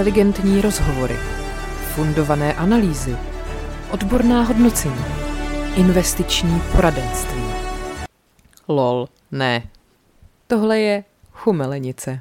inteligentní rozhovory, fundované analýzy, odborná hodnocení, investiční poradenství. Lol, ne. Tohle je Chumelenice.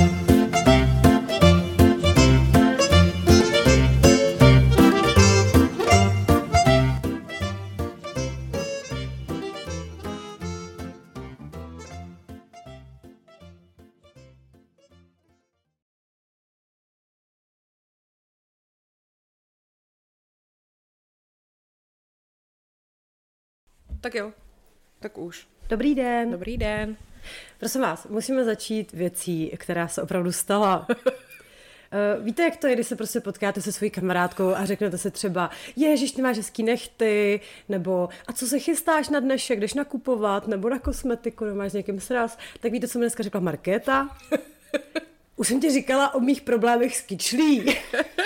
Tak jo, tak už. Dobrý den. Dobrý den. Prosím vás, musíme začít věcí, která se opravdu stala. Víte, jak to je, když se prostě potkáte se svojí kamarádkou a řeknete se třeba, ježiš, ty máš hezký nechty, nebo a co se chystáš na dnešek, jdeš nakupovat, nebo na kosmetiku, nebo máš s někým sraz, tak víte, co mi dneska řekla Markéta? Už jsem ti říkala o mých problémech s kyčlí.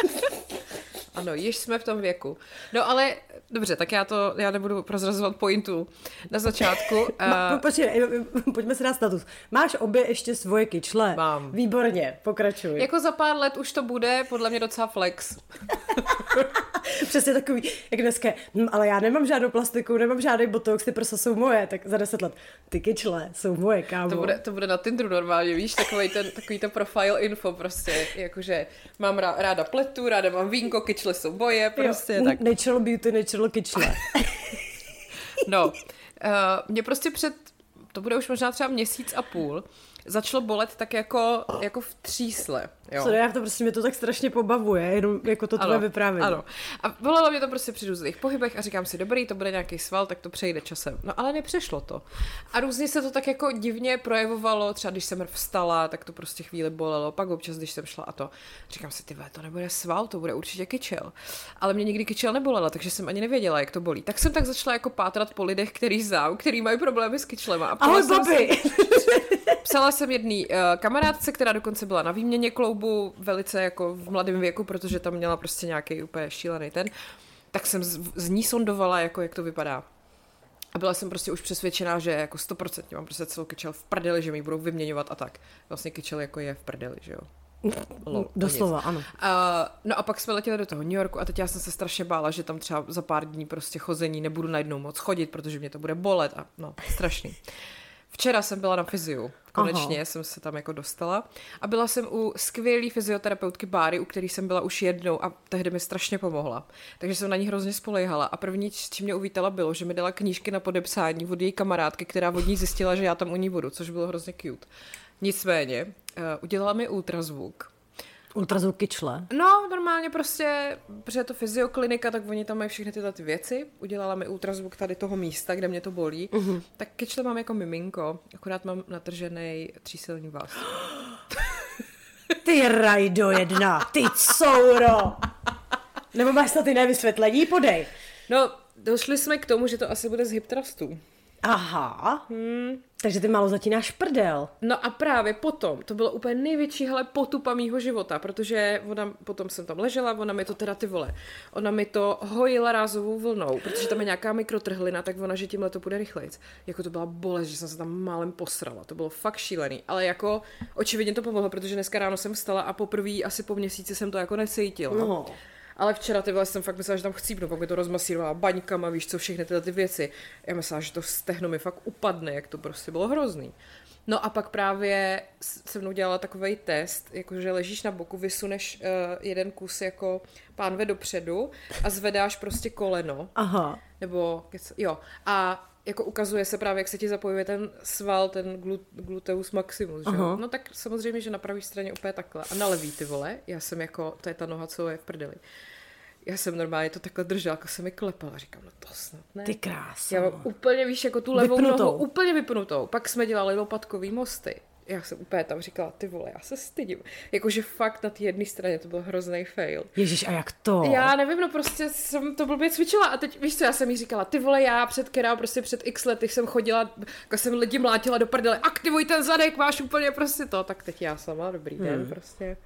Ano, již jsme v tom věku. No ale, dobře, tak já nebudu prozrazovat pointu na začátku. Počkej, pojďme si dát status. Máš obě ještě svoje kyčle? Mám. Výborně, pokračuj. Jako za pár let už to bude, podle mě docela flex. Přesně takový, jak dneska, ale já nemám žádnou plastiku, nemám žádný botox, ty prsa jsou moje, tak za 10 let, ty kyčle jsou moje, kámo. To bude na Tinderu normálně, víš, takový to profile info prostě, jakože mám ráda pletu, ráda mám vínko, kyčle jsou moje, prostě jo, tak. Natural beauty, natural kyčle. No, mě prostě to bude už možná třeba měsíc a půl, začalo bolet tak jako v třísle. Jo. Co, já to prostě, mě to tak strašně pobavuje, jenom jako to tvoje vyprávění. Ano. A bolelo mě to prostě při různých pohybech a říkám si, dobrý, to bude nějaký sval, tak to přejde časem. No ale nepřešlo to. A různě se to tak jako divně projevovalo, třeba když jsem vstala, tak to prostě chvíli bolelo, pak občas, když jsem šla a to. Říkám si, to nebude sval, to bude určitě kyčel. Ale mě nikdy kyčel nebolela, takže jsem ani nevěděla, jak to bolí. Tak jsem tak začala jako pátrat po lidech, který znám, který mají problémy s kyčlema. Ahoj, babi! Psala jsem jedný kamarádce, která dokonce byla na výměně kloubu, velice jako v mladém věku, protože tam měla prostě nějaký úplně šílený ten. Tak jsem z ní sondovala, jako jak to vypadá. A byla jsem prostě už přesvědčená, že jako 100% mám prostě celou kyčel v prdeli, že mi budou vyměňovat a tak. Vlastně kyčel jako je v prdeli, že jo. Doslova, ano. No a pak jsme letěli do toho New Yorku a teď já jsem se strašně bála, že tam třeba za pár dní prostě chození nebudu najednou moc chodit, protože mě to bude bolet a no, strašný. Včera jsem byla na fyziu, konečně jsem se tam jako dostala a byla jsem u skvělý fyzioterapeutky Báry, u který jsem byla už jednou a tehdy mi strašně pomohla. Takže jsem na ní hrozně spoléhala a první, s čím mě uvítala, bylo, že mi dala knížky na podepsání od její kamarádky, která od ní zjistila, že já tam u ní budu, což bylo hrozně cute. Nicméně, udělala mi ultrazvuk. Ultrazvuk kyčle? No, normálně prostě, protože je to fyzioklinika, tak oni tam mají všechny tyhle ty věci. Udělala mi ultrazvuk tady toho místa, kde mě to bolí. Tak kyčle mám jako miminko, akorát mám natržený třísilní vaz. Ty rajdo jedna, ty couro! Nebo máš snad jiné vysvětlení? Podej. No, došli jsme k tomu, že to asi bude z hip thrustu. Aha, takže ty málo zatínáš prdel. No a právě potom, to bylo úplně největší potupa mýho života, protože potom jsem tam ležela, ona mi to teda ona mi to hojila rázovou vlnou, protože tam je nějaká mikrotrhlina, tak ona, že tímhle to půjde rychlejc. Jako to byla bolest, že jsem se tam málem posrala, to bylo fakt šílený, ale jako očividně to pomohlo, protože dneska ráno jsem vstala a poprvé asi po měsíci jsem to jako necítila. No. Ale včera jsem fakt myslela, že tam chcípnu, pak mi to rozmasírovala baňkama, víš co, všechny tyhle ty věci. Já myslela, že to stehno mi fakt upadne, jak to prostě bylo hrozný. No a pak právě se mnou dělala takovej test, jakože ležíš na boku, vysuneš jeden kus jako pánve dopředu a zvedáš prostě koleno. Aha. Nebo, jo. A jako ukazuje se právě, jak se ti zapojuje ten sval, ten gluteus maximus, že jo? No tak samozřejmě, že na pravé straně úplně takhle. A na levý, ty vole, já jsem jako, to je ta noha, co je v prdeli. Já jsem normálně to takhle držela, jako se mi klepala. Říkám, no to snad ne. Ty krása. Já mám úplně, víš, jako tu levou nohu úplně vypnutou. Pak jsme dělali lopatkový mosty. Já jsem úplně tam říkala, ty vole, já se stydím. Jakože fakt na té jedné straně to byl hrozný fail. Ježíš, a jak to? Já nevím, no prostě jsem to blbě cvičila a teď, víš co, já jsem jí říkala, ty vole, já před x lety jsem chodila, jako jsem lidi mlátila do prdele, aktivuj ten zadek, máš úplně prostě to, tak teď já sama, dobrý den, prostě.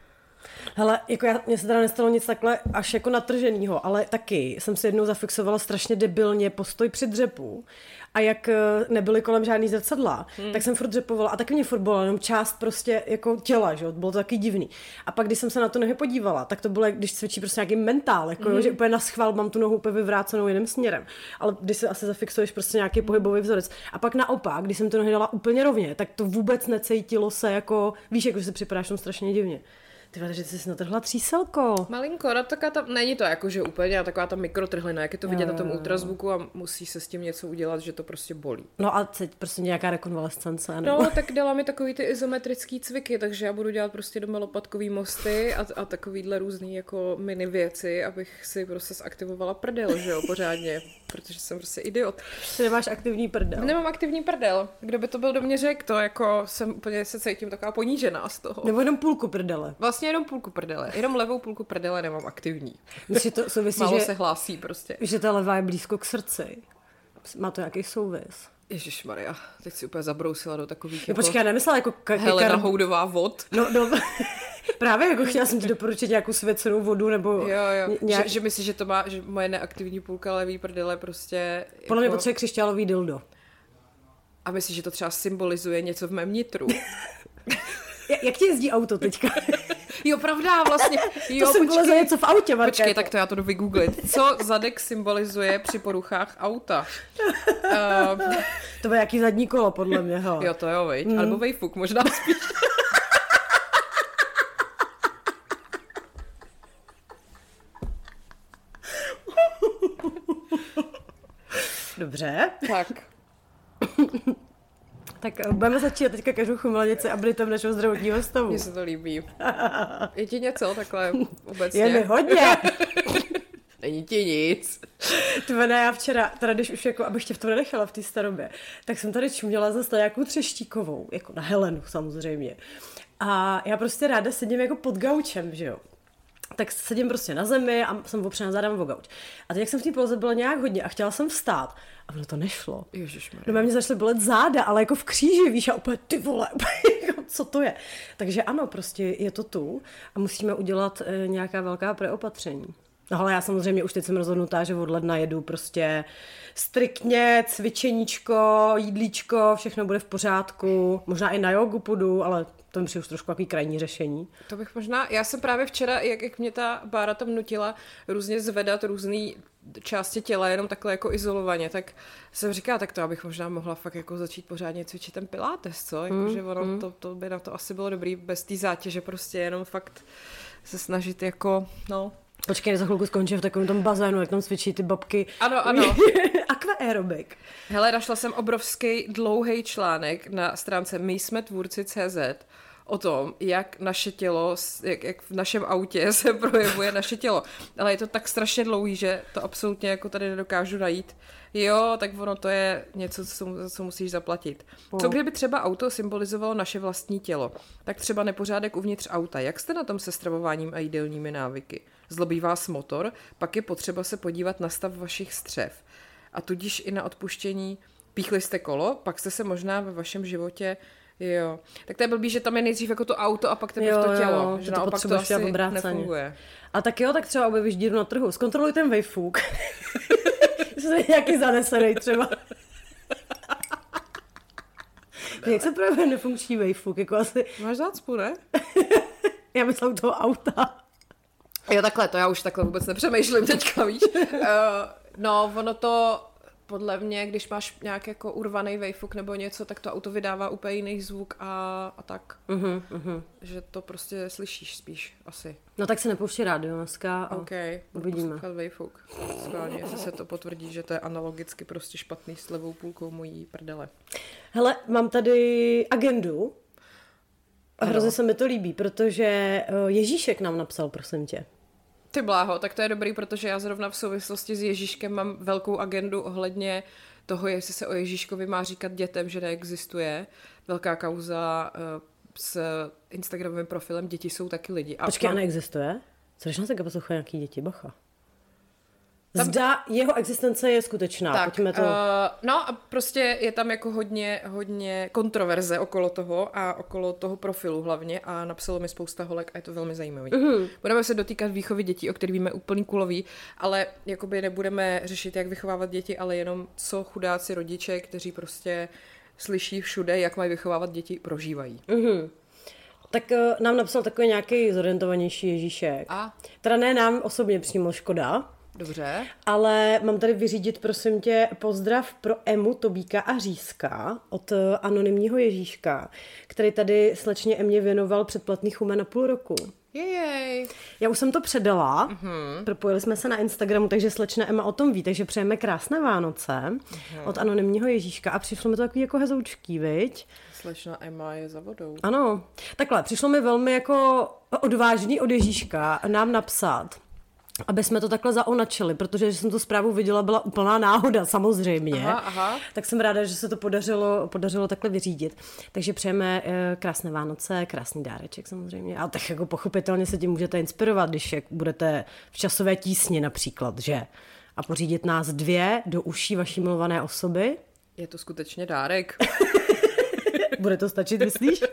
Hele, jako mně se teda nestalo nic takhle až jako natrženýho, ale taky jsem se jednou zafixovala strašně debilně postoj při dřepu a jak nebyly kolem žádný zrcadla, tak jsem furt dřepovala a taky mě furt bola jenom část prostě jako těla, že jo, bylo to taky divný. A pak, když jsem se na to nohy podívala, tak to bylo, když cvičí prostě nějaký mentál, jako jo, že úplně na schvál mám tu nohu úplně vyvrácenou jiným směrem. Ale když se asi zafixuješ prostě nějaký pohybový vzorec. A pak naopak, když jsem tu nohy dala úplně rovně, tak to vůbec necítilo se jako, víš, jako že se připadáš tam strašně divně. Ty vole, že ty jsi natrhla tříselko. Malinko, no taková ta, není to jako, že úplně, ale taková ta mikrotrhlina, jak je to vidět na tom ultrazvuku a musí se s tím něco udělat, že to prostě bolí. No a teď prostě nějaká rekonvalescence. Nebo... No, tak dala mi takový ty izometrický cviky, takže já budu dělat prostě doma lopatkový mosty a takovýhle různý jako mini věci, abych si prostě zaktivovala prdel, že jo, pořádně, protože jsem prostě idiot. Ty nemáš aktivní prdel. Nemám aktivní prdel. Kdo by to byl do mě řekl, to jako jsem úplně se cítím taková ponížená z toho. Nebo jenom půlku prdele. Vlastně jenom půlku prdele. Jenom levou půlku prdele nemám aktivní. Myslím, to souvisí, Málo že, se hlásí prostě. že ta levá je blízko k srdci. Má to nějaký souvis. Ježišmarja, teď si úplně zabrousila do takových No, počkej, já nemyslela jako... Helena Houdová vod. No, právě jako chtěla jsem ti doporučit nějakou svěcenou vodu, nebo... Jo. Že myslíš, že to má, že moje neaktivní půlka levý prdele prostě... Podle mě jako... potřebuje křišťálový dildo. A myslíš, že to třeba symbolizuje něco v mém nitru? Jak ti jezdí auto teďka? Jo, pravda, vlastně. Jo, to symbolizuje něco v autě, Markéto. Počkej, tak to já to jdu vygooglit. Co zadek symbolizuje při poruchách auta? To bude jaký zadní kolo, podle mě, ho. Jo, to jo, veď. Alebo vejfuk, možná spíš. Dobře. Tak budeme začít teďka každou chumlenici a tam našeho zdravotního stavu. mně se to líbí. Je ti něco takhle obecně? Je mi hodně. Není ti nic. Tvene, já včera, teda když už jako, abych tě v tom nenechala v té starobě, tak jsem tady čuměla zase nějakou Třeštíkovou, jako na Helenu samozřejmě. A já prostě ráda sedím jako pod gaučem, že jo. Tak sedím prostě na zemi a jsem opřená zádem o gauč. A teď, jak jsem v té poloze byla nějak hodně a chtěla jsem vstát, a ono to nešlo. Ježišmarja. No mě začaly bolet záda, ale jako v kříži, víš, a úplně ty vole, jako, co to je. Takže ano, prostě je to tu a musíme udělat nějaká velká preopatření. No ale já samozřejmě už teď jsem rozhodnutá, že od ledna jedu prostě striktně, cvičeníčko, jídlíčko, všechno bude v pořádku. Možná i na jogu půjdu, ale to mi přijde už trošku takový krajní řešení. To bych možná, já jsem právě včera, jak mě ta Bára tam nutila různě zvedat různý části těla, jenom takhle jako izolovaně, tak jsem říkala, tak to abych možná mohla fakt jako začít pořádně cvičit ten pilates, co? Jakože ono, to by na to asi bylo dobrý, bez té zátěže prostě jenom fakt se snažit jako, no. Počkej, za chvilku skončím v takovém tom bazénu, jak tam cvičí ty babky. Ano. Aquaerobik. Hele, našla jsem obrovský dlouhý článek na stránce mysmetvůrci.cz o tom, jak naše tělo, jak v našem autě se projevuje naše tělo. Ale je to tak strašně dlouhý, že to absolutně jako tady nedokážu najít. Jo, tak ono to je něco, co musíš zaplatit. Co kdyby třeba auto symbolizovalo naše vlastní tělo? Tak třeba nepořádek uvnitř auta. Jak jste na tom se stravováním a jídelními návyky? Zlobí vás motor? Pak je potřeba se podívat na stav vašich střev. A tudíž i na odpuštění. Píchli jste kolo, pak jste se možná ve vašem životě. Jo. Tak to je blbý, že tam je nejdřív jako to auto a pak teprve to tělo. Jo, že naopak to asi nefunguje. A tak jo, tak třeba objevíš díru na trhu. Zkontroluj ten vejfuk. Jsi nějaký zanesený třeba. Jak se projevuje nefunkční vejfuk? Jako asi... Máš zácpu, ne? Já myslím u toho auta. Jo, takhle, to já už takhle vůbec nepřemýšlím teďka, víš. No, ono to, podle mě, když máš nějak jako urvaný vejfuk nebo něco, tak to auto vydává úplně jiný zvuk a tak. Že to prostě slyšíš spíš, asi. No tak se nepouští rádio dneska a uvidíme. Poslouchat vejfuk. Schválně, jestli se to potvrdí, že to je analogicky prostě špatný s levou půlkou mojí prdele. Hele, mám tady agendu. Hrozně se mi to líbí, protože Ježíšek nám napsal, prosím tě. Ty bláho, tak to je dobrý, protože já zrovna v souvislosti s Ježíškem mám velkou agendu ohledně toho, jestli se o Ježíškovi má říkat dětem, že neexistuje. Velká kauza s Instagramovým profilem Děti jsou taky lidi. Počkej, a neexistuje? Co když nás takhle poslouchají nějaký děti, bacha? Zda jeho existence je skutečná. Tak, pojďme to... no a prostě je tam jako hodně kontroverze okolo toho a okolo toho profilu hlavně a napsalo mi spousta holek a je to velmi zajímavý. Budeme se dotýkat výchovy dětí, o kterých víme úplný kulový, ale jakoby nebudeme řešit, jak vychovávat děti, ale jenom co chudáci rodiče, kteří prostě slyší všude, jak mají vychovávat děti, prožívají. Tak nám napsal takový nějaký zorientovanější Ježíšek. A? Teda ne nám osobně přímo škoda. Dobře. Ale mám tady vyřídit, prosím tě, pozdrav pro Emu, Tobíka a Řízka od anonymního Ježíška, který tady slečně Emě věnoval předplatný chumen na půl roku. Jej. Já už jsem to předala, propojili jsme se na Instagramu, takže slečna Emma o tom ví, takže přejeme krásné Vánoce od anonymního Ježíška a přišlo mi to takový jako hezoučký, viď? Slečna Emma je za vodou. Ano, takhle, přišlo mi velmi jako odvážný od Ježíška nám napsat, aby jsme to takhle zaonačili, protože když jsem tu zprávu viděla, byla úplná náhoda samozřejmě. Aha. Tak jsem ráda, že se to podařilo takhle vyřídit. Takže přejeme krásné Vánoce, krásný dáreček samozřejmě. A tak jako pochopitelně se tím můžete inspirovat, když budete v časové tísni například, že? A pořídit nás 2 do uší vaší milované osoby. Je to skutečně dárek. Bude to stačit, myslíš?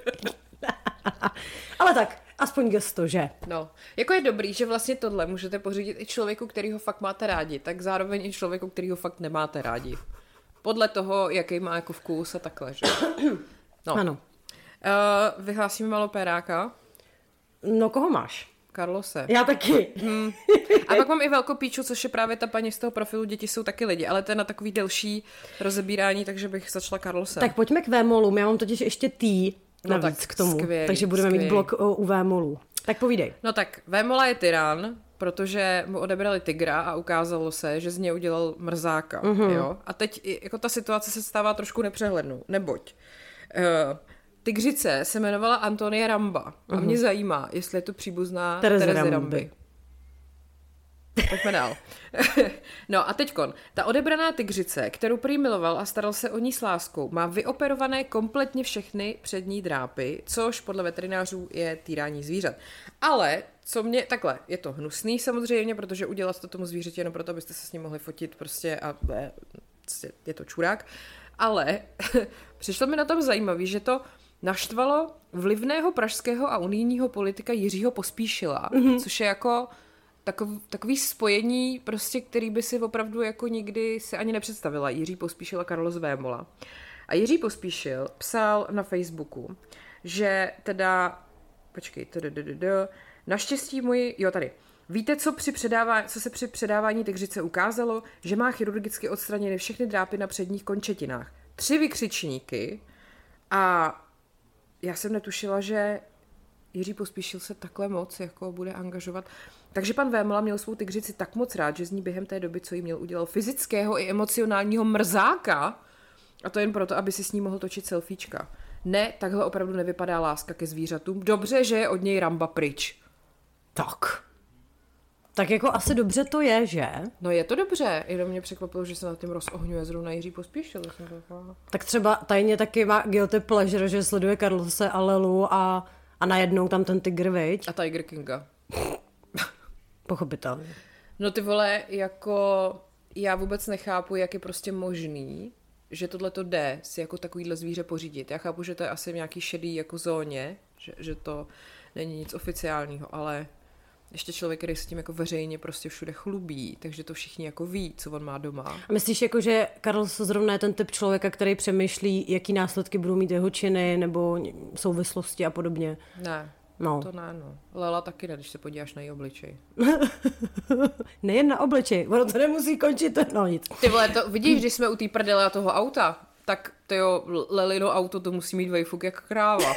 Ale tak, aspoň gesto, že? No, jako je dobrý, že vlastně tohle můžete pořídit i člověku, který ho fakt máte rádi, tak zároveň i člověku, který ho fakt nemáte rádi. Podle toho, jaký má jako vkus a takhle, že? No. Ano. Vyhlásíme malopéráka. No, koho máš? Carlose. Já taky. A pak mám i velkou píču, což je právě ta paní z toho profilu Děti jsou taky lidi, ale to je na takový delší rozebírání, takže bych začala Carlose. Tak pojďme k Vémolům, já mám totiž ještě navíc tak k tomu, skvělý, takže budeme mít blok u Vémolů. Tak povídej. No tak, Vémola je tyran, protože mu odebrali tygra a ukázalo se, že z něj udělal mrzáka. Jo? A teď jako ta situace se stává trošku nepřehlednou, neboť tygřice se jmenovala Antonie Ramba a mě zajímá, jestli je to příbuzná Terezy Ramby. Pojďme dál. No a teďkon, ta odebraná tygřice, kterou prý miloval a staral se o ní s láskou, má vyoperované kompletně všechny přední drápy, což podle veterinářů je týrání zvířat. Ale, co mě, takhle, je to hnusný samozřejmě, protože udělat to tomu zvířeti jenom proto, abyste se s ním mohli fotit prostě a je to čurák, ale přišlo mi na tom zajímavý, že to naštvalo vlivného pražského a unijního politika Jiřího Pospíšila, což je jako takový spojení, prostě, který by si opravdu jako nikdy si ani nepředstavila. Jiří Pospíšil a Carlos Vémola. A Jiří Pospíšil psal na Facebooku, že teda, naštěstí tady. Víte, co se při předávání tygřice ukázalo? Že má chirurgicky odstraněny všechny drápy na předních končetinách. 3 vykřičníky a já jsem netušila, že Jiří Pospíšil se takhle moc jako bude angažovat. Takže pan Vémola měl svou tygřici tak moc rád, že z ní během té doby, co jí měl, udělal fyzického i emocionálního mrzáka. A to jen proto, aby si s ní mohl točit selfiečka. Ne, takhle opravdu nevypadá láska ke zvířatům. Dobře, že je od něj Ramba pryč. Tak jako asi dobře to je, že? No je to dobře, jenom mě překvapilo, že se nad tím rozohňuje zrovna Jiří Pospíšil. Tak třeba tajně taky má guilty pleasure, že sleduje Carlose a Lelu a najednou tam ten tygr, viď? A Tiger Kinga. Pochopitelně. No ty vole, jako já vůbec nechápu, jak je prostě možný, že tohle to jde si jako takovýhle zvíře pořídit. Já chápu, že to je asi v nějaký šedý jako zóně, že to není nic oficiálního, ale ještě člověk, který se tím jako veřejně prostě všude chlubí, takže to všichni jako ví, co on má doma. A myslíš jako, že Carlos zrovna je ten typ člověka, který přemýšlí, jaký následky budou mít jeho činy nebo souvislosti a podobně? Ne. No. To ne, no. Lela taky ne, když se podíváš na její obličej. Nejen na obličej, ono to nemusí končit, no nic. Ty vole, to vidíš, když jsme u té prdele a toho auta, tak tyjo, Lelino auto to musí mít vejfuk jak kráva.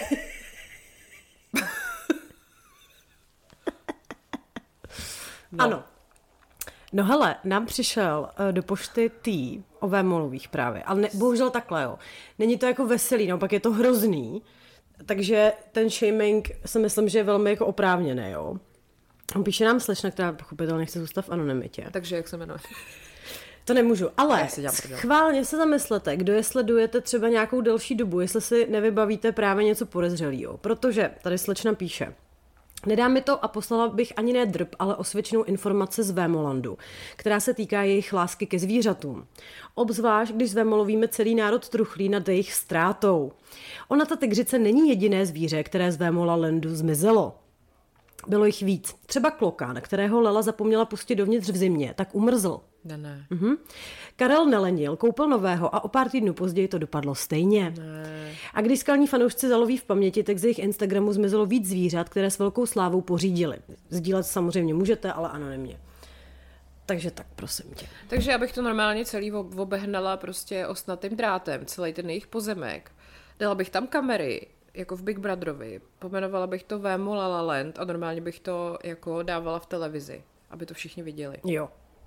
No. Ano. No hele, nám přišel do pošty o Vémolových právě, ale bohužel takhle, jo. Není to jako veselý, no, pak je to hrozný, takže ten shaming si myslím, že je velmi jako oprávněný, jo. Píše nám slečna, která pochopitelně chce zůstat v anonymitě. Takže jak se jmenuje? To nemůžu, ale schválně se zamyslete, kdo je sledujete třeba nějakou delší dobu, jestli si nevybavíte právě něco podezřelého, protože tady slečna píše: Nedá mi to a poslala bych ani ne drb, ale osvědčenou informaci z Vémolandu, která se týká jejich lásky ke zvířatům. Obzvlášť, když s Vémolovými celý národ truchlí nad jejich ztrátou. Ona ta tygřice není jediné zvíře, které z Vémolalandu zmizelo. Bylo jich víc. Třeba klokan, kterého Lela zapomněla pustit dovnitř v zimě, tak umrzl. Ne. Karel nelenil, koupil nového a o pár týdnů později to dopadlo stejně. Ne. A když skalní fanoušci zaloví v paměti, tak z jejich Instagramu zmizelo víc zvířat, které s velkou slávou pořídili. Sdílet samozřejmě můžete, ale anonymně. Takže tak, prosím tě. Takže já bych to normálně celý obehnala prostě ostnatým drátem, celý ten jejich pozemek. Dala bych tam kamery, jako v Big Brotherovi. Pomenovala bych to Vémo La La Land a normálně bych to jako dávala v televizi, aby to všichni viděli. Jo.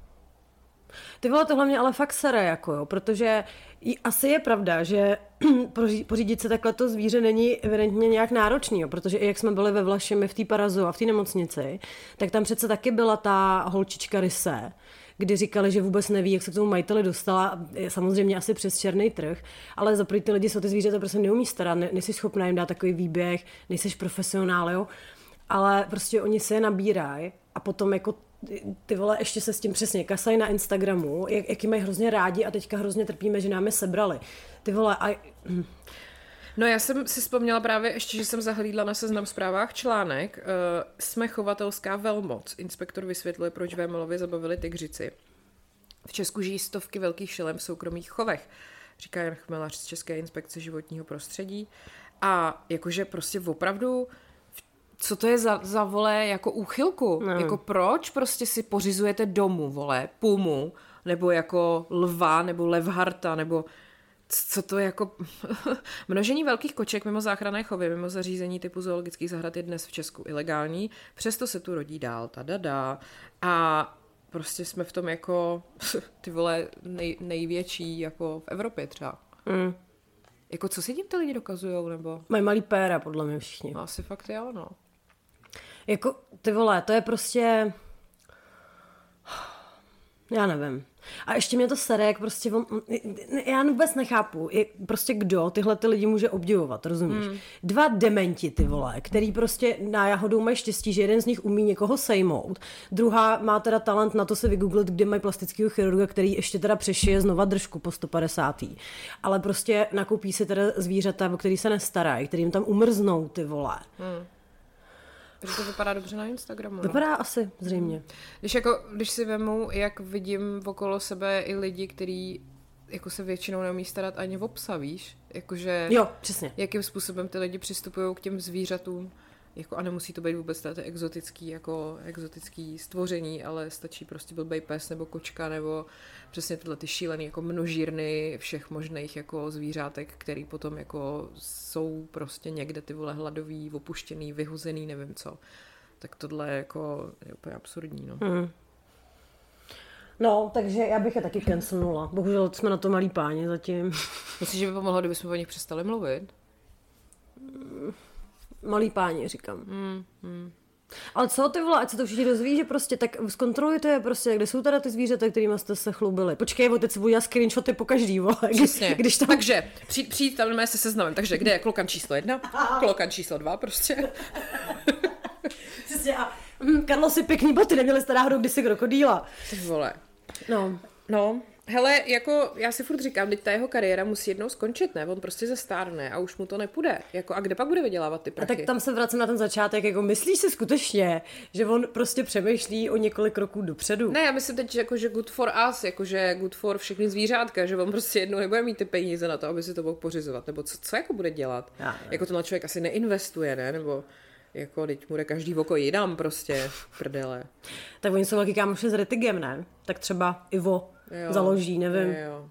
Ty vole, tohle mě ale fakt sere, jako jo, protože asi je pravda, že pořídit se takhle to zvíře není evidentně nějak náročný, jo, protože i jak jsme byli ve Vlašimi v té Parazu a v té nemocnici, tak tam přece taky byla ta holčička Ryse, kdy říkali, že vůbec neví, jak se k tomu majiteli dostala, samozřejmě asi přes černý trh, ale za první ty lidi jsou ty zvířata prostě neumí starat, nejsi schopná jim dát takový výběh, nejseš profesionál, jo, ale prostě oni se je nabírají a potom jako ty vole, ještě se s tím přesně kasají na Instagramu, jaký mají hrozně rádi a teďka hrozně trpíme, že nám je sebrali. Ty vole, No já jsem si vzpomněla právě ještě, že jsem zahlídla na Seznam Zprávách článek Jsme chovatelská velmoc. Inspektor vysvětluje, proč Vémolovi zabavili tygřici. V Česku žijí stovky velkých šelem v soukromých chovech, říká Jan Chmelař z České inspekce životního prostředí. A jakože prostě opravdu co to je za vole jako úchylku? No. Jako proč prostě si pořizujete domů, vole, pumu, nebo jako lva, nebo levharta, nebo co to jako... Množení velkých koček mimo záchranné chovy, mimo zařízení typu zoologických zahrad je dnes v Česku ilegální, přesto se tu rodí dál, a prostě jsme v tom jako ty vole největší jako v Evropě třeba. Jako co si tím ty lidi dokazujou, nebo... Mají malý péra, podle mě všichni. No, asi fakt jo, no. Jako, ty vole, to je prostě... Já nevím. A ještě mě to sere, jak prostě... Já vůbec nechápu, prostě kdo tyhle ty lidi může obdivovat, rozumíš? Dva dementi, ty vole, který prostě náhodou mají štěstí, že jeden z nich umí někoho sejmout, druhá má teda talent na to se vygooglit, kde mají plastického chirurga, který ještě teda přešije znova držku po 150. Ale prostě nakoupí si teda zvířata, o který se nestarají, který jim tam umrznou, ty vole. Takže to vypadá dobře na Instagramu. Vypadá asi, zřejmě. Když si vemu, jak vidím okolo sebe i lidi, kteří jako se většinou neumí starat ani o psa, víš? Jakože... Jo, přesně. Jakým způsobem ty lidi přistupují k těm zvířatům. Jako, a nemusí to být vůbec tady exotický stvoření, ale stačí prostě blbej pes nebo kočka nebo přesně tyhle ty šílený jako množírny všech možných jako zvířátek, který potom jako jsou prostě někde ty vole hladový, opuštěný, vyhozený, nevím co. Tak tohle jako je úplně absurdní, no. No, takže já bych je taky cancelnula. Bohužel jsme na to malí páni zatím. Myslíš, že by pomohlo, kdybychom o nich přestali mluvit? Malí páni, říkám. Ale co ty vole, ať se to všichni dozví, že prostě tak zkontrolujte je prostě, kde jsou teda ty zvířata, kterými jste se chlubili. Počkej, teď si budu dělat screenshoty po každý, vole. Když tam... Takže přijít tam se seznamem. Takže kde je klokan číslo 1? Klokan číslo 2 prostě. Přesně a Karlo si pěkný boty, neměli jste náhodou kdysi krokodýla. Ty vole. No. Hele, jako já si furt říkám, teď ta jeho kariéra musí jednou skončit, ne? On prostě zestárne a už mu to nepůjde. Jako, a kde pak bude vydělávat ty prachy? A tak tam se vracím na ten začátek, jako myslíš si skutečně, že on prostě přemýšlí o několik roků dopředu? Ne, já myslím teď, jako, že good for us, jako, že good for všechny zvířátka, že on prostě jednou nebude mít ty peníze na to, aby si to mohl pořizovat, nebo co jako bude dělat? Jako to člověk asi neinvestuje, ne? Nebo jako, teď mu jde každý oko jinam prostě, prdele. Tak oni jsou velký kámoši s Retigem, ne? Tak třeba Ivo založí, nevím. Jo.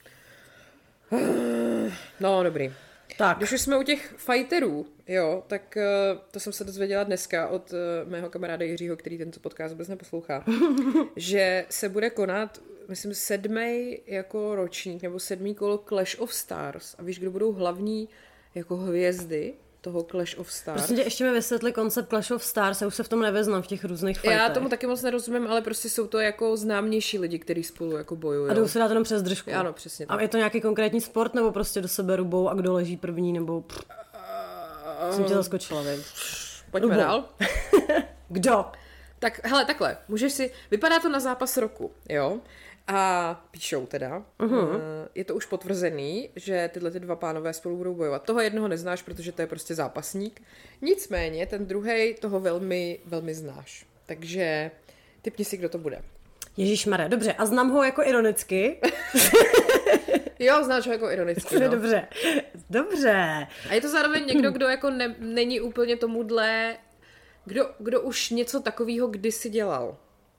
No, dobrý. Tak. Když už jsme u těch fighterů, jo, tak to jsem se dozvěděla dneska od mého kamaráda Jiřího, který tento podcast vůbec neposlouchá, že se bude konat, myslím, 7. jako ročník, nebo 7. kolo Clash of Stars. A víš, kdo budou hlavní jako hvězdy toho Clash of Stars? Prostě ještě mi vysvětli koncept Clash of Stars, já už se v tom nevyznám v těch různých fightech. Já tomu taky moc nerozumím, ale prostě jsou to jako známější lidi, kteří spolu jako bojují. A jdou se dát jenom přes držku. Ano, přesně tak. A je to nějaký konkrétní sport, nebo prostě do sebe rubou a kdo leží první, nebo... Jsem tě zaskočila, vím. pojďme dál. Kdo? Tak, hele, takhle, vypadá to na zápas roku, jo? A píšou teda, je to už potvrzený, že tyhle ty dva pánové spolu budou bojovat. Toho jednoho neznáš, protože to je prostě zápasník. Nicméně, ten druhej toho velmi, velmi znáš. Takže tipni si, kdo to bude. Ježišmarja, dobře, a znám ho jako ironicky. Jo, znáš ho jako ironicky, no. Dobře. A je to zároveň někdo, kdo jako není úplně tomuhle, kdo už něco takového kdysi dělal.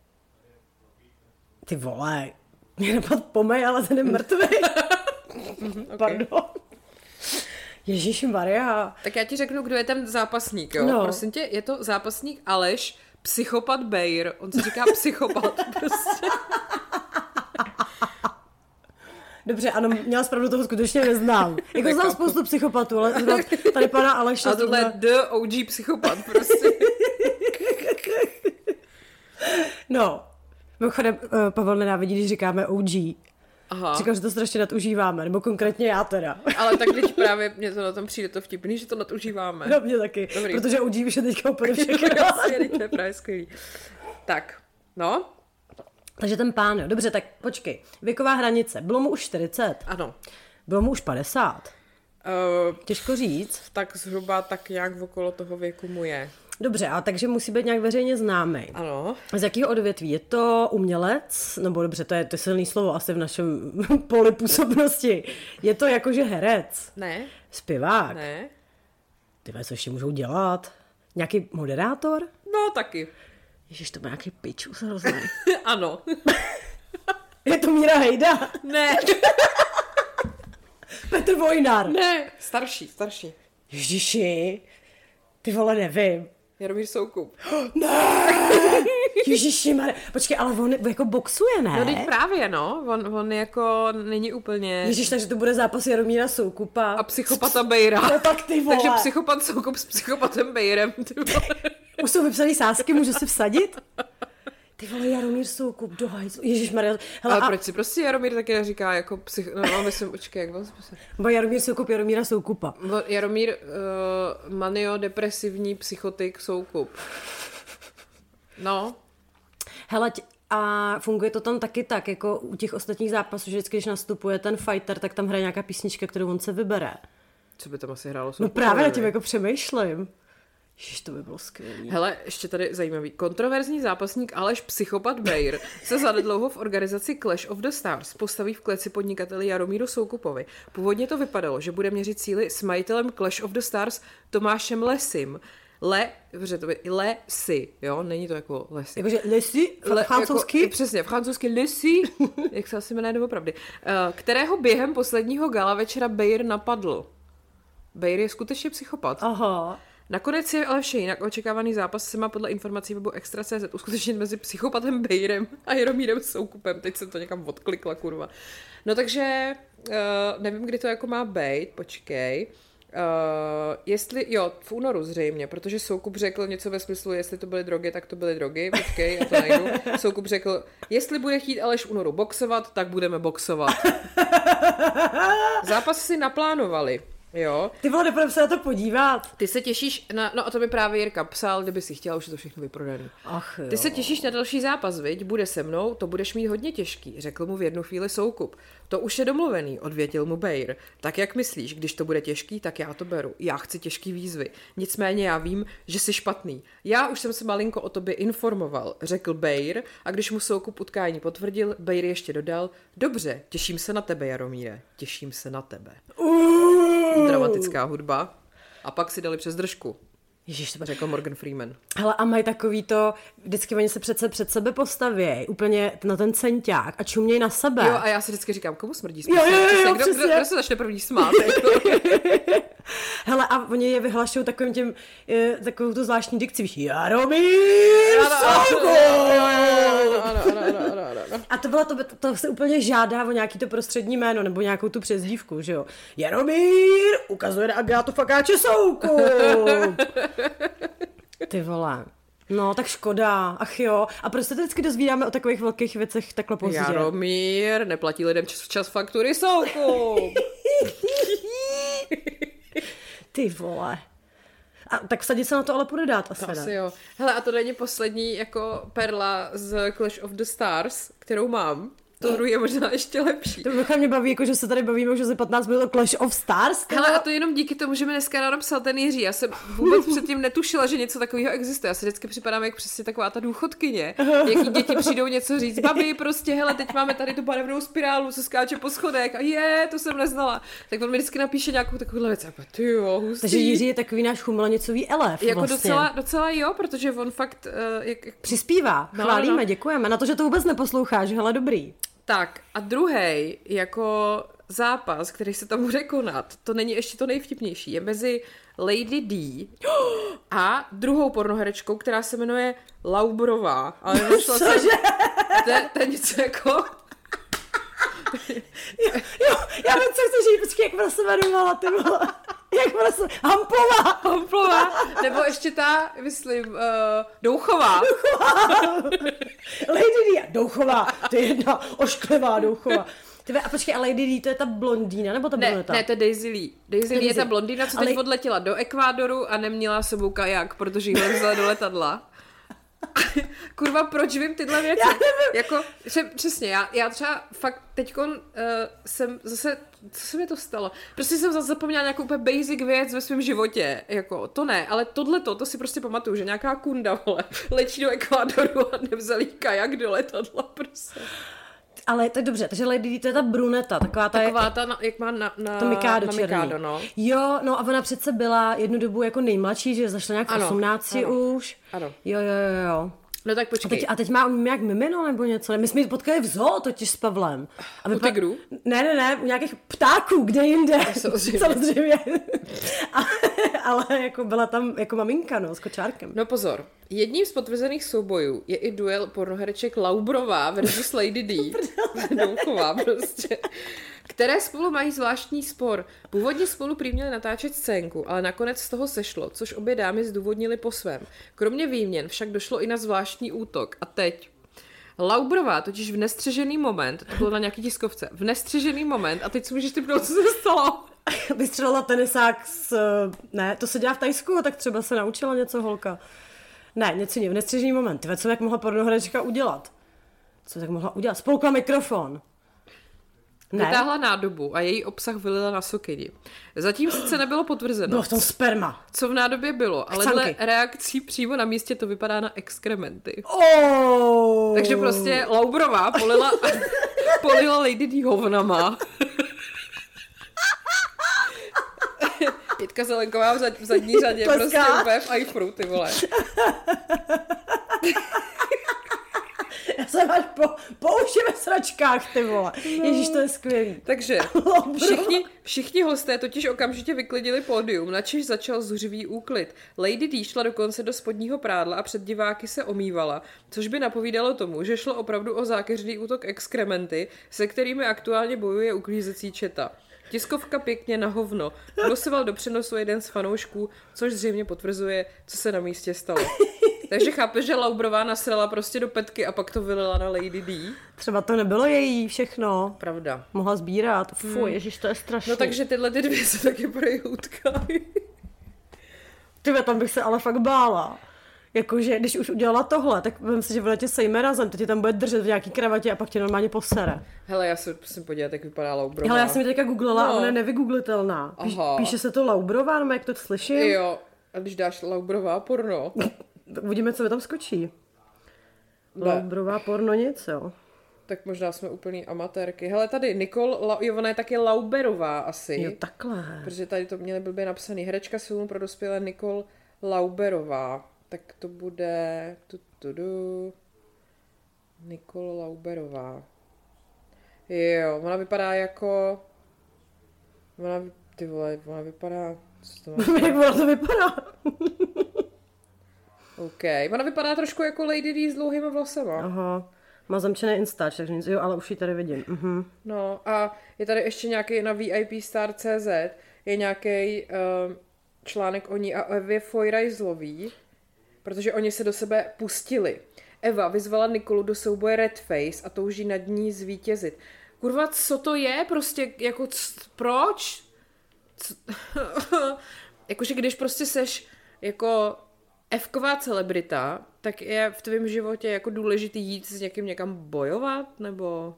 Ty vole, mě napadl Pomej, ale ten je mrtvý. Okay. Pardon. Ježišmarja. Tak já ti řeknu, kdo je ten zápasník, jo? No. Prosím tě, je to zápasník Aleš, psychopat Bejr. On se říká psychopat, prostě. Dobře, ano, měla zpravdu, toho skutečně neznám. Jako znám spoustu psychopatů, ale tady pana Aleše... A tohle je the OG psychopat, prostě. No, mimochodem, Pavel nenávidí, když říkáme OG. Aha. Říkám, že to strašně nadužíváme, nebo konkrétně já teda. Ale tak teď právě mě to na tom přijde to vtipný, že to nadužíváme. No, mě taky, Dobrý. protože OG už je teďka úplně všechno. Jasně, to je právě skvělý. Tak, no. Takže ten pán, jo. Dobře, tak počkej. Věková hranice. Bylo mu už 40? Ano. Bylo mu už 50? Těžko říct. Tak zhruba tak nějak okolo toho věku mu je. Dobře, a takže musí být nějak veřejně známý. Ano. Z jakého odvětví? Je to umělec? Nebo dobře, to je silný slovo asi v našem poli působnosti. Je to jakože herec? Ne. Zpěvák? Ne. Ty co ještě můžou dělat? Nějaký moderátor? No, taky. Ježiš, to má nějaký pičus hrozný. Ano. Je to Míra Hejda? Ne. Petr Vojnar? Ne. Starší. Ježiši, ty vole, nevím. Jaromír Soukup. Ne! Ježiši, počkej, ale on jako boxuje, ne? No teď právě, no. On jako není úplně... Ježiš, takže to bude zápas Jaromíra Soukupa. A psychopata Bejra. No tak ty vole. Takže psychopat Soukup s psychopatem Bejrem. Ty vole. Už jsou vypsaný sázky, můžu si vsadit? Ty vole, Jaromír Soukup, do hajzlu. Ježišmarja. Ale proč si prostě Jaromír taky neříká jako no, myslím, počkej, jak vlastně. Bo Jaromír Soukup, Jaromíra Soukupa. Jaromír maniodepresivní psychotik Soukup. No. Hele, a funguje to tam taky tak, jako u těch ostatních zápasů, že vždycky, když nastupuje ten fighter, tak tam hraje nějaká písnička, kterou on se vybere. Co by tam asi hrálo? No právě na tím jako přemýšlím. Ježiš, to by bylo skvělý. Hele, ještě tady zajímavý. Kontroverzní zápasník Aleš Psychopat Bejr se zanedlouho v organizaci Clash of the Stars postaví v kleci podnikateli Jaromíru Soukupovi. Původně to vypadalo, že bude měřit síly s majitelem Clash of the Stars Tomášem Lesim. Lesi, jo, není to jako Lesi. Jakože Lesi, francouzsky? Jako, přesně, francouzsky Lesi, jak se asi jmenuje doopravdy, kterého během posledního gala večera Bejr napadl. Bejr je skutečně psychopat. Aha. Nakonec je ale vše jinak. Očekávaný zápas se má podle informací webu Extra.cz uskutečnit mezi psychopatem Bejrem a Jaromírem Soukupem. Teď jsem to někam odklikla, kurva. No takže nevím, kdy to jako má být, počkej. V únoru zřejmě, protože Soukup řekl něco ve smyslu, jestli to byly drogy, tak to byly drogy, počkej, já to najdu. Soukup řekl, jestli bude chtít Aleš v únoru boxovat, tak budeme boxovat. Zápas si naplánovali. Jo. Ty vole, nepůjdeme se na to podívat. Ty se těšíš na, no a to mi právě Jirka psal, kdyby si chtěla, už je to všechno vyprodaný. Ach jo. Ty se těšíš na další zápas, viď? Bude se mnou, to budeš mít hodně těžký, řekl mu v jednu chvíli Soukup. To už je domluvený, odvětil mu Bejr. Tak jak myslíš, když to bude těžký, tak já to beru. Já chci těžký výzvy. Nicméně já vím, že jsi špatný. Já už jsem se malinko o tobě informoval, řekl Bejr, a když mu Soukup utkání potvrdil, Bejr ještě dodal, dobře, těším se na tebe, Jaromíre, těším se na tebe. Dramatická hudba. A pak si dali přes držku. Ježiš, to řekl Morgan Freeman. Hele, a mají takový to, vždycky oni se před sebe postavějí, úplně na ten centák a čumějí na sebe. Jo, a já si vždycky říkám, komu smrdí Jo, přesně. Kdo se začne první smát? Hele, a oni je vyhlašují takovým tím, takovou tu zvláštní dikci, víš, Jaromír Soukup! A to se úplně žádá o nějaký to prostřední jméno, nebo nějakou tu přezdívku, že jo? Jaromír ukazuje na Agátu Fakáče Soukup! Ty vole. No, tak škoda. Ach jo. A proč se to vždycky dozvídáme o takových velkých věcech takhle pozdě? Jaromír neplatí lidem včas faktury Soukup! Ty vole. A tak vsadit se na to ale půjde dát asi, To asi jo. Hele, a to není poslední jako perla z Clash of the Stars, kterou mám. To druhý je možná ještě lepší. To mě baví, jako že se tady bavíme už za 15 minut o Clash of Stars. Hele, a to jenom díky tomu, že mi dneska ráno psal ten Jiří. Já jsem vůbec předtím netušila, že něco takového existuje. Já si vždycky připadám jak přesně taková ta důchodkyně. Jaký děti přijdou něco říct. Babi, prostě, hele, teď máme tady tu barevnou spirálu, co skáče po schodech. A to jsem neznala. Tak on mi vždycky napíše nějakou takovouhle věc. A ty jo, hustý. Takže Jiří je takový náš chumelanicový elef jako vlastně. docela jo, protože on fakt... Přispívá, chválíme, děkujeme. Na to, že to vůbec neposloucháš, hele, dobrý. Tak a druhý jako zápas, který se tam bude konat, to není ještě to nejvtipnější, je mezi Lady D a druhou pornoherečkou, která se jmenuje Lauberová. Ale nenašla jsem... To je něco jako... jo, já vím, co chceš říct, počkej, jak ona se jmenovala, ty vole. Jak ona se... Hamplová. Nebo ještě ta, myslím, Douchová. Lady D, Douchová, to je jedna ošklivá Douchová. A počkej, a Lady D, to je ta blondýna, nebo ta bruneta? Ne, to je Daisy Lee. Daisy Lee je ta blondýna, co teď odletěla do Ekvádoru a neměla s sebou kajak, protože jí ho vzala do letadla. Kurva, proč vím tyhle věci? Jako, přesně, já třeba fakt teďkon jsem zase, co se mi to stalo? Prostě jsem zase zapomněla nějakou úplně basic věc ve svém životě, jako, to ne, ale to si prostě pamatuju, že nějaká kunda, vole, letí do Ekvádoru a nevzali kajak do letadla, prostě. Ale to je dobře, takže Lady D, to je ta bruneta, taková ta jak má na to Mikado černý. Mikado, no. Jo, no a ona přece byla jednu dobu jako nejmladší, že zašla nějak 18 už. Ano. Jo. No tak počkej. A teď má nějak mimino nebo něco, my jsme ji potkali v zoo totiž s Pavlem. A u tygrů? Ne, u nějakých ptáků, kde jinde. Samozřejmě. Ale jako byla tam jako maminka, no, s kočárkem. No pozor, jedním z potvrzených soubojů je i duel pornohereček Lauberová versus Lady D. Douchová prostě. Které spolu mají zvláštní spor. Původně spolu prý měli natáčet scénku, ale nakonec z toho sešlo, což obě dámy zdůvodnili po svém. Kromě výměn však došlo i na zvláštní útok. A teď. Lauberová totiž v nestřežený moment, to bylo na nějaký tiskovce, v nestřežený moment, a teď si můžeš typnout, co se stalo. Vystřelila tenisák Ne, to se dělá v Tajsku, tak třeba se naučila něco holka. Ne, něco jiného, v nestřežený moment. Tyve, co tak mohla pornoherečka udělat? Co tak mohla udělat? Spolkla mikrofon. Vytáhla nádobu a její obsah vylila na sokyni. Zatím sice nebylo potvrzeno. Bylo v tom sperma. Co v nádobě bylo, ale dle reakcí přímo na místě to vypadá na exkrementy. Takže prostě Lauberová polila Lady D hovnama. Jitka Zelenková v zadní řadě, prostě úplně v iFru, ty vole. Já se máš po uši ve sračkách, ty vole. Ježíš, to je skvělý. Takže všichni hosté totiž okamžitě vyklidili pódium, načež začal zuřivý úklid. Lady D šla dokonce do spodního prádla a před diváky se omývala, což by napovídalo tomu, že šlo opravdu o zákeřný útok exkrementy, se kterými aktuálně bojuje uklízecí četa. Tiskovka pěkně na hovno. Glosoval do přenosu jeden z fanoušků, což zřejmě potvrzuje, co se na místě stalo. Takže chápeš, že Lauberová nasrala prostě do petky a pak to vylila na Lady D? Třeba to nebylo její všechno. Pravda. Mohla sbírat. Ježiš, to je strašné. No takže tyhle ty dvě se taky utkají. Tyve, tam bych se ale fakt bála. Jakože, když už udělala tohle, tak vem si, že ona tě sejme razem, teď tě tam bude držet v nějaký kravatě a pak tě normálně posere. Hele, já se musím podívat, jak vypadá Lauberová. Hele, já jsem ji teďka googlila a ona je nevygooglitelná. Píše se to Lauberová, no jak to slyším? Jo, a když dáš Lauberová porno. Uvidíme, co mi tam skočí. Lauberová porno nic, jo. Tak možná jsme úplný amatérky. Hele, tady ona je taky Lauberová asi. Jo, takhle. Protože tady to měli blbě napsaný. Herečka z filmu pro dospělé Nicole Lauberová. Tak to bude... Nicole Lauberová. Jo, ona vypadá jako... Ona vypadá... Co to má? Jak ona to vypadá? OK. Ona vypadá trošku jako Lady D s dlouhýma vlasama. Aha. Má zamčený Instač, takže nic. Jo, ale už ji tady vidím. No a je tady ještě nějaký na VIPstar.cz je nějaký článek o ní a Evě Fojrajzlový, protože oni se do sebe pustili. Eva vyzvala Nikolu do souboje Red Face a touží nad ní zvítězit. Kurva, co to je? Prostě jako proč? Jakože když prostě seš jako F-ková celebrita, tak je v tvém životě jako důležitý jít s někým někam bojovat, nebo...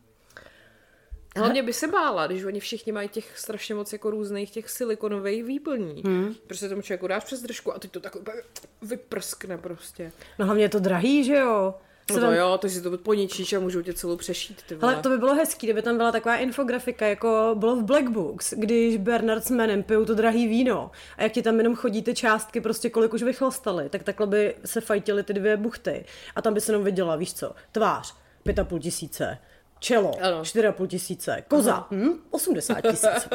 Hlavně by se bála, když oni všichni mají těch strašně moc jako různých těch silikonových výplní. Prostě tomu člověku dáš přes držku a teď to tak vyprskne prostě. No hlavně je to drahý, že jo? No to jo, to si to poničíš a můžou tě celou přešít, ty vole. Ale to by bylo hezký, kdyby tam byla taková infografika, jako bylo v Black Books, když Bernard s Manem pijou to drahý víno a jak ti tam jenom chodí ty částky, prostě kolik už vychlastali, tak takhle by se fajtily ty dvě buchty a tam by se jenom viděla, víš co, tvář 5,5 tisíce, čelo 4,5 tisíce, koza 80 tisíc.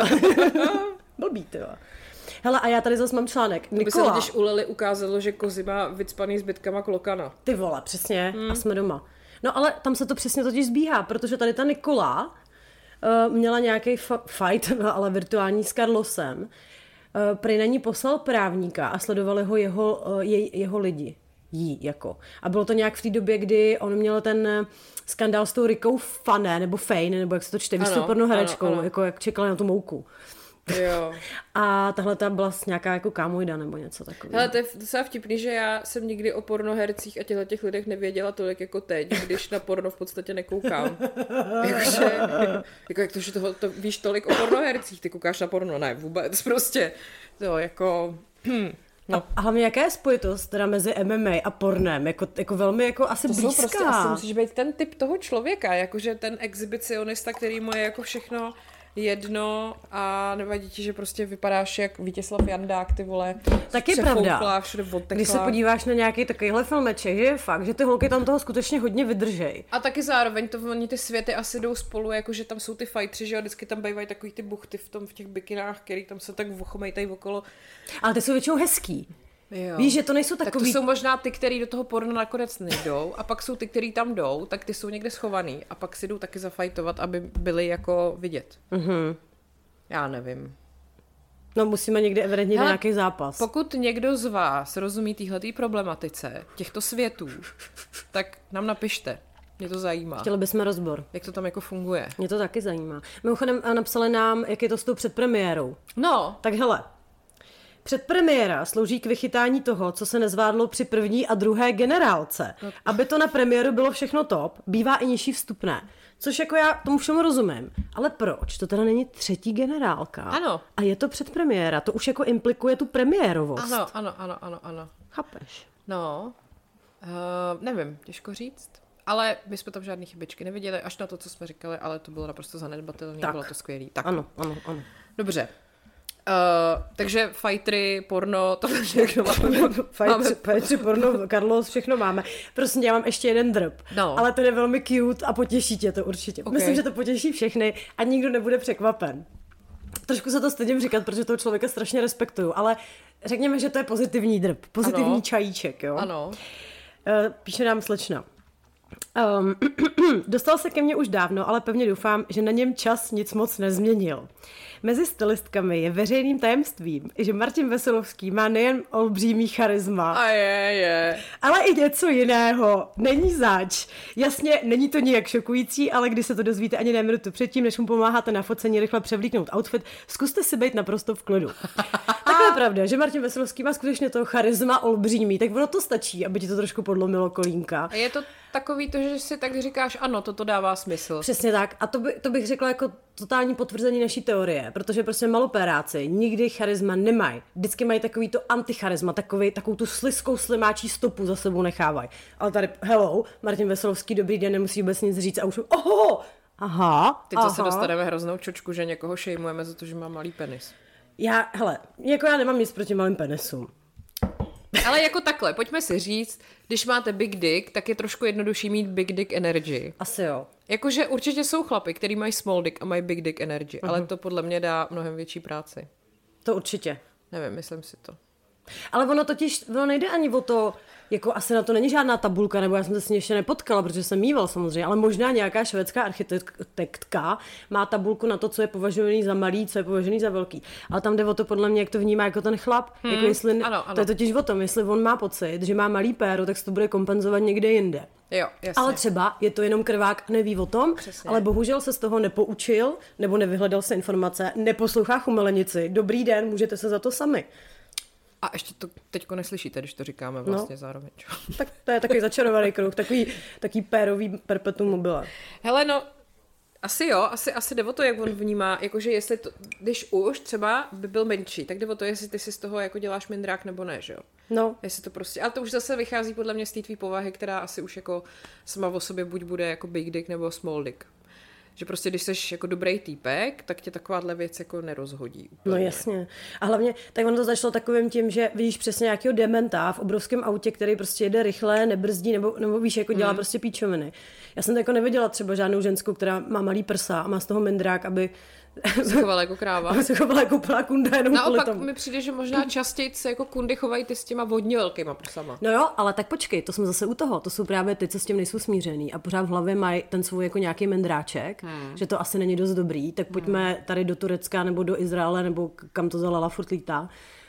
Blbý, ty jo. Hele, a já tady zase mám článek. Nikola. To by se totiž u Lely ukázalo, že kozy má vycpaný zbytkama klokana. Ty vole, přesně. A jsme doma. No ale tam se to přesně totiž zbíhá, protože tady ta Nikola měla nějaký fight, ale virtuální s Carlosem. Prej na ní poslal právníka a sledovali ho jeho lidi. Jako. A bylo to nějak v té době, kdy on měl ten skandál s tou Rickou Fane, nebo Fane, nebo jak se to čte, víš, s tou pornoherečkou, jako jak čekali na tu mouku. Jo. A tahle ta byla nějaká jako kámojda nebo něco takového. Hele, to je docela vtipný, že já jsem nikdy o pornohercích a těch lidech nevěděla tolik jako teď, když na porno v podstatě nekoukám. Jakože, jako jak to, že to víš tolik o pornohercích, ty koukáš na porno, ne, vůbec, prostě. To jako... No. A hlavně jaká je spojitost teda mezi MMA a pornem, jako velmi jako asi to blízká. Prostě asi musíš být ten typ toho člověka, jakože ten exhibicionista, který mu je jako všechno jedno a nevadí ti, že prostě vypadáš jak Vítězslav Jandák, ty vole. Tak je pravda. Když se podíváš na nějaký takovýhle filmeček, že je fakt, že ty holky tam toho skutečně hodně vydržej. A taky zároveň to oni ty světy asi jdou spolu, jakože tam jsou ty fightři, že jo, vždycky tam bývají takový ty buchty v těch bikinách, který tam se tak vochomejtají okolo. Ale ty jsou většinou hezký. Jo. Víš, že to nejsou takový... Tak to jsou možná ty, který do toho porna nakonec nejdou a pak jsou ty, který tam jdou, tak ty jsou někde schovaný a pak si jdou taky zafajtovat, aby byli jako vidět. Já nevím. No musíme někdy evidentně na nějaký zápas. Pokud někdo z vás rozumí téhletý problematice těchto světů, tak nám napište. Mě to zajímá. Chtěli bychom rozbor. Jak to tam jako funguje. Mě to taky zajímá. Mimochodem napsali nám, jak je to s tou předpremiérou. No. Tak hele. Předpremiéra slouží k vychytání toho, co se nezvládlo při první a druhé generálce. Aby to na premiéru bylo všechno top, bývá i nižší vstupné. Což jako já tomu všemu rozumím. Ale proč? To teda není třetí generálka. Ano. A je to předpremiéra. To už jako implikuje tu premiérovost. Ano. Chápeš? No. Nevím, těžko říct. Ale my jsme tam žádný chybičky neviděli, až na to, co jsme říkali, ale to bylo naprosto zanedbatelné, bylo to skvělý. Tak. Ano. Dobře. Takže fightery, porno, to všechno máme. Fightery, porno, Carlos, všechno máme. Prostě já mám ještě jeden drb. No. Ale ten je velmi cute a potěší tě to určitě. Okay. Myslím, že to potěší všechny a nikdo nebude překvapen. Trošku se to stydím říkat, protože toho člověka strašně respektuju, ale řekněme, že to je pozitivní drb. Pozitivní čajíček, jo? Ano. Píše nám slečna. Dostal se ke mně už dávno, ale pevně doufám, že na něm čas nic moc nezměnil. Mezi stylistkami je veřejným tajemstvím, že Martin Veselovský má nejen olbřímý charisma, ale i něco jiného. Není zač. Jasně, není to nijak šokující, ale když se to dozvíte ani ne minutu předtím, než mu pomáháte na focení rychle převlíknout outfit, zkuste si být naprosto v klidu. Takhle je pravda, že Martin Veselovský má skutečně to charisma olbřímý, tak ono to stačí, aby ti to trošku podlomilo kolínka. A je to takový to, že si tak říkáš, ano, toto dává smysl. Přesně tak. A to bych řekla jako totální potvrzení naší teorie, protože prostě malopéráci nikdy charisma nemají. Vždycky mají takový to anticharisma, takovou tu sliskou slimáčí stopu za sebou nechávají. Ale tady, hello, Martin Veselovský, dobrý den, nemusí vůbec nic říct a už, aha. Teď zase dostaneme hroznou čočku, že někoho šejmujeme za to, že má malý penis. Já nemám nic proti malým penisům. Ale jako takhle, pojďme si říct, když máte big dick, tak je trošku jednodušší mít big dick energy. Asi jo. Jakože určitě jsou chlapy, který mají small dick a mají big dick energy, ale to podle mě dá mnohem větší práci. To určitě. Nevím, myslím si to. Ale ono nejde ani o to, jako asi na to není žádná tabulka, nebo já jsem se s ní ještě nepotkala, protože jsem mýval samozřejmě, ale možná nějaká švédská architektka má tabulku na to, co je považovaný za malý, co je považovaný za velký. Ale tam jde o to podle mě, jak to vnímá jako ten chlap. Jako jestli, ano. To je totiž o tom, jestli on má pocit, že má malý péro, tak se to bude kompenzovat někde jinde. Jo, jasně. Ale třeba je to jenom krvák a neví o tom, přesně. Ale bohužel se z toho nepoučil, nebo nevyhledal se informace, neposlouchá chumelenici. Dobrý den, můžete se za to sami. A ještě to teďko neslyšíte, když to říkáme vlastně zároveň. Tak to je takový začarovaný kruh, takový pérový perpetuum mobile. Hele, no, asi jo, asi jde o to, jak on vnímá, jakože jestli to, když už třeba by byl menší, tak jde o to, jestli ty si z toho jako děláš mindrák nebo ne, že jo? No. Jestli to prostě, ale to už zase vychází podle mě z té tvý povahy, která asi už jako sama o sobě buď bude jako big dick nebo small dick. Že prostě, když jsi jako dobrý týpek, tak tě takováhle věc jako nerozhodí úplně. No jasně. A hlavně, tak ono to začalo takovým tím, že vidíš přesně nějakého dementa v obrovském autě, který prostě jede rychle, nebrzdí, nebo víš, jako dělá prostě píčoviny. Já jsem to jako neviděla třeba žádnou ženskou, která má malý prsa a má z toho mindrák, aby se chovala jako kráva. Aby se chovala jako plná kunda jenom kvůli tomu. Naopak mi přijde, že možná častěji se jako kundy chovají ty s těma hodně velkýma prsama. No jo, ale tak počkej, to jsme zase u toho. To jsou právě ty, co s tím nejsou smířený a pořád v hlavě mají ten svůj jako nějaký mindráček, že to asi není dost dobrý, tak pojďme tady do Turecka nebo do Izraele nebo kam to Zalala furt lítá.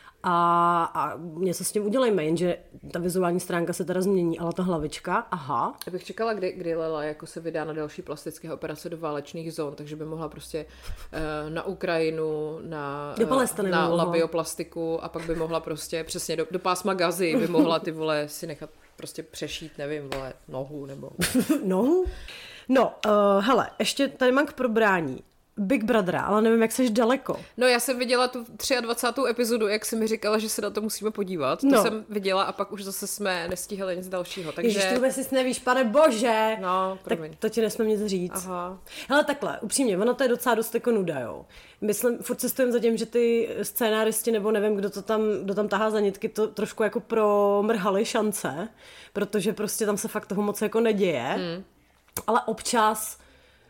A něco s tím udělejme, jenže ta vizuální stránka se teda změní, ale ta hlavička, aha. Já bych čekala, kdy Lela jako se vydá na další plastické operace do válečných zón, takže by mohla prostě na Ukrajinu, na labioplastiku a pak by mohla prostě přesně do pásma Gazy by mohla ty vole si nechat prostě přešít, nevím, vole, nohu nebo... Nohu? No, hele, ještě tady mám k probrání Big Brothera, ale nevím, jak seš daleko. No, já jsem viděla tu 23. epizodu, jak jsi mi říkala, že se na to musíme podívat. To jsem viděla a pak už zase jsme nestihli nic dalšího. Takže... Ježiš, ty vůbec nic nevíš, pane bože. No, promiň. Tak to ti nesmím nic říct. Aha. Hele, takhle, upřímně, ono to je docela dost jako nuda, jo. Myslím, furt se stojím za tím, že ty scénáristi, nebo nevím, kdo tam tahá za nitky, to trošku jako promrhali šance, protože prostě tam se fakt toho moc jako neděje. Ale občas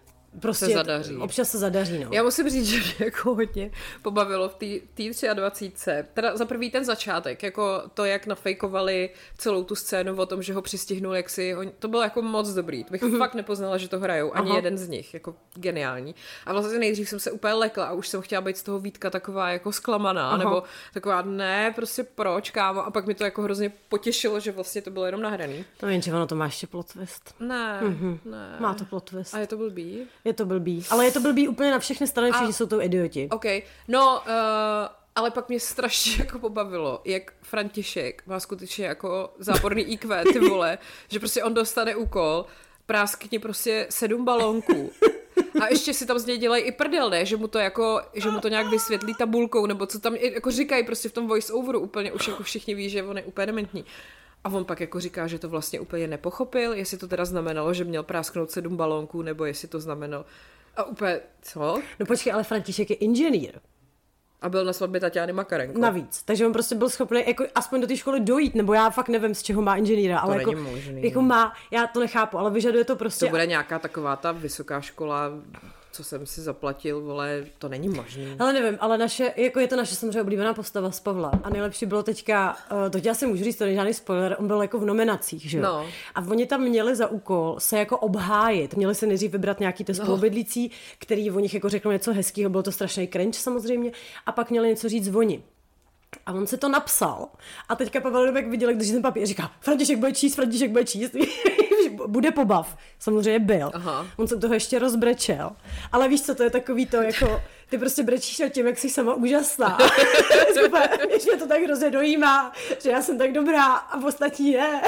občas se zadaří, no. Já musím říct, že mě jako hodně pobavilo v té 23. Teda za prvý ten začátek, jako to, jak nafejkovali celou tu scénu o tom, že ho přistihnul, jak si ho, to bylo jako moc dobrý. To bych fakt nepoznala, že to hrajou, ani jeden z nich, jako geniální. A vlastně nejdřív jsem se úplně lekla a už jsem chtěla být z toho Vítka taková jako zklamaná, nebo taková, ne, prostě proč, kámo. A pak mi to jako hrozně potěšilo, že vlastně to bylo jenom nahraný. No jenže ono to má ještě plot twist. Ne. Má to plot twist. A je to blbý? Je to blbý. Ale je to blbý úplně na všechny strany, všichni jsou to idioti. OK. No, ale pak mě strašně jako pobavilo, jak František má skutečně jako záporný IQ, ty vole, že prostě on dostane úkol, práskni prostě 7 balónků. A ještě si tam z něj dělají i prdel, ne? Že mu to nějak vysvětlí tabulkou, nebo co tam jako říkají prostě v tom voice-overu, úplně už jako všichni ví, že on je úplně dementní. A on pak jako říká, že to vlastně úplně nepochopil, jestli to teda znamenalo, že měl prásknout 7 balónků, nebo jestli to znamenalo. A úplně, co? No počkej, ale František je inženýr. A byl na svatbě Tatiany Makarenko. Navíc. Takže on prostě byl schopný jako aspoň do té školy dojít, nebo já fakt nevím, z čeho má inženýra. To ale není jako, možný. Jako má, já to nechápu, ale vyžaduje to prostě... To bude nějaká taková ta vysoká škola, co jsem si zaplatil, vole, to není možný. Ale nevím, ale je to naše samozřejmě oblíbená postava z Pavla. A nejlepší bylo teďka, to já si můžu říct, to není žádný spoiler, on byl jako v nominacích, že jo? No. A oni tam měli za úkol se jako obhájit. Měli se nejdřív vybrat nějaký ty spolubydlící, který o nich jako řekl něco hezkýho, bylo to strašný cringe samozřejmě, a pak měli něco říct oni. A on se to napsal. A teďka Pavel Dobek viděl, když ten papír říká, František bude číst. Bude pobav. Samozřejmě byl. Aha. On se toho ještě rozbrečel. Ale víš co, to je takový to, jako ty prostě brečíš nad tím, jak jsi sama úžasná. Víš, mě to tak hrozně dojímá, že já jsem tak dobrá a ostatní ne.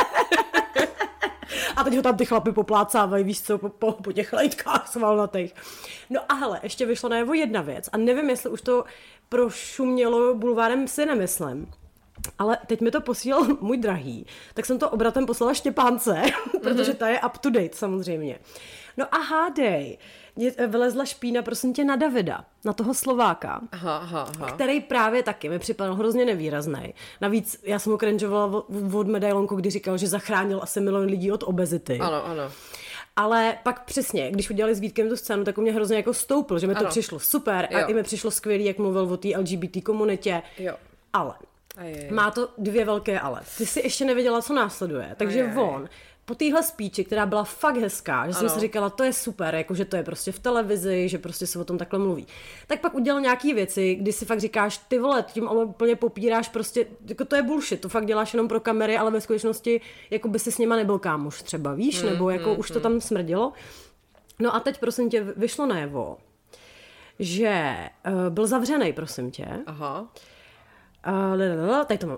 A teď ho tam ty chlapy poplácávají, víš co, po těch lejtkách svalnatých. No a hele, ještě vyšlo najevo jedna věc a nevím, jestli už to prošumělo bulvárem, si nemyslím. Ale teď mi to posílal můj drahý, tak jsem to obratem poslala Štěpánce, protože ta je up to date samozřejmě. No a hádej, vylezla špína, prosím tě, na Davida, na toho Slováka, aha. který právě taky mi připadal hrozně nevýrazný. Navíc já jsem ho cringeovala od medailonku, kdy říkal, že zachránil asi 1 milion lidí od obezity. Ano. Ale pak přesně, když udělali s Vítkem tu scénu, tak u mě hrozně jako stoupl, že mi to přišlo super a i mi přišlo skvělý, jak mluvil o té LGBT komunitě. Jo. Ale má to 2 velké ale. Ty jsi ještě nevěděla, co následuje, takže on po téhle speechi, která byla fakt hezká, že jsem si říkala, to je super, jako že to je prostě v televizi, že prostě se o tom takhle mluví. Tak pak udělal nějaký věci, kdy si fakt říkáš, ty vole, tím ale úplně popíráš prostě, jako to je bullshit, to fakt děláš jenom pro kamery, ale ve skutečnosti jako by si s nima nebyl kámoš třeba, víš, nebo jako už to tam smrdilo. No a teď prosím tě vyšlo najevo, že byl zavřenej, prosím tě. Aha. Tady to mám,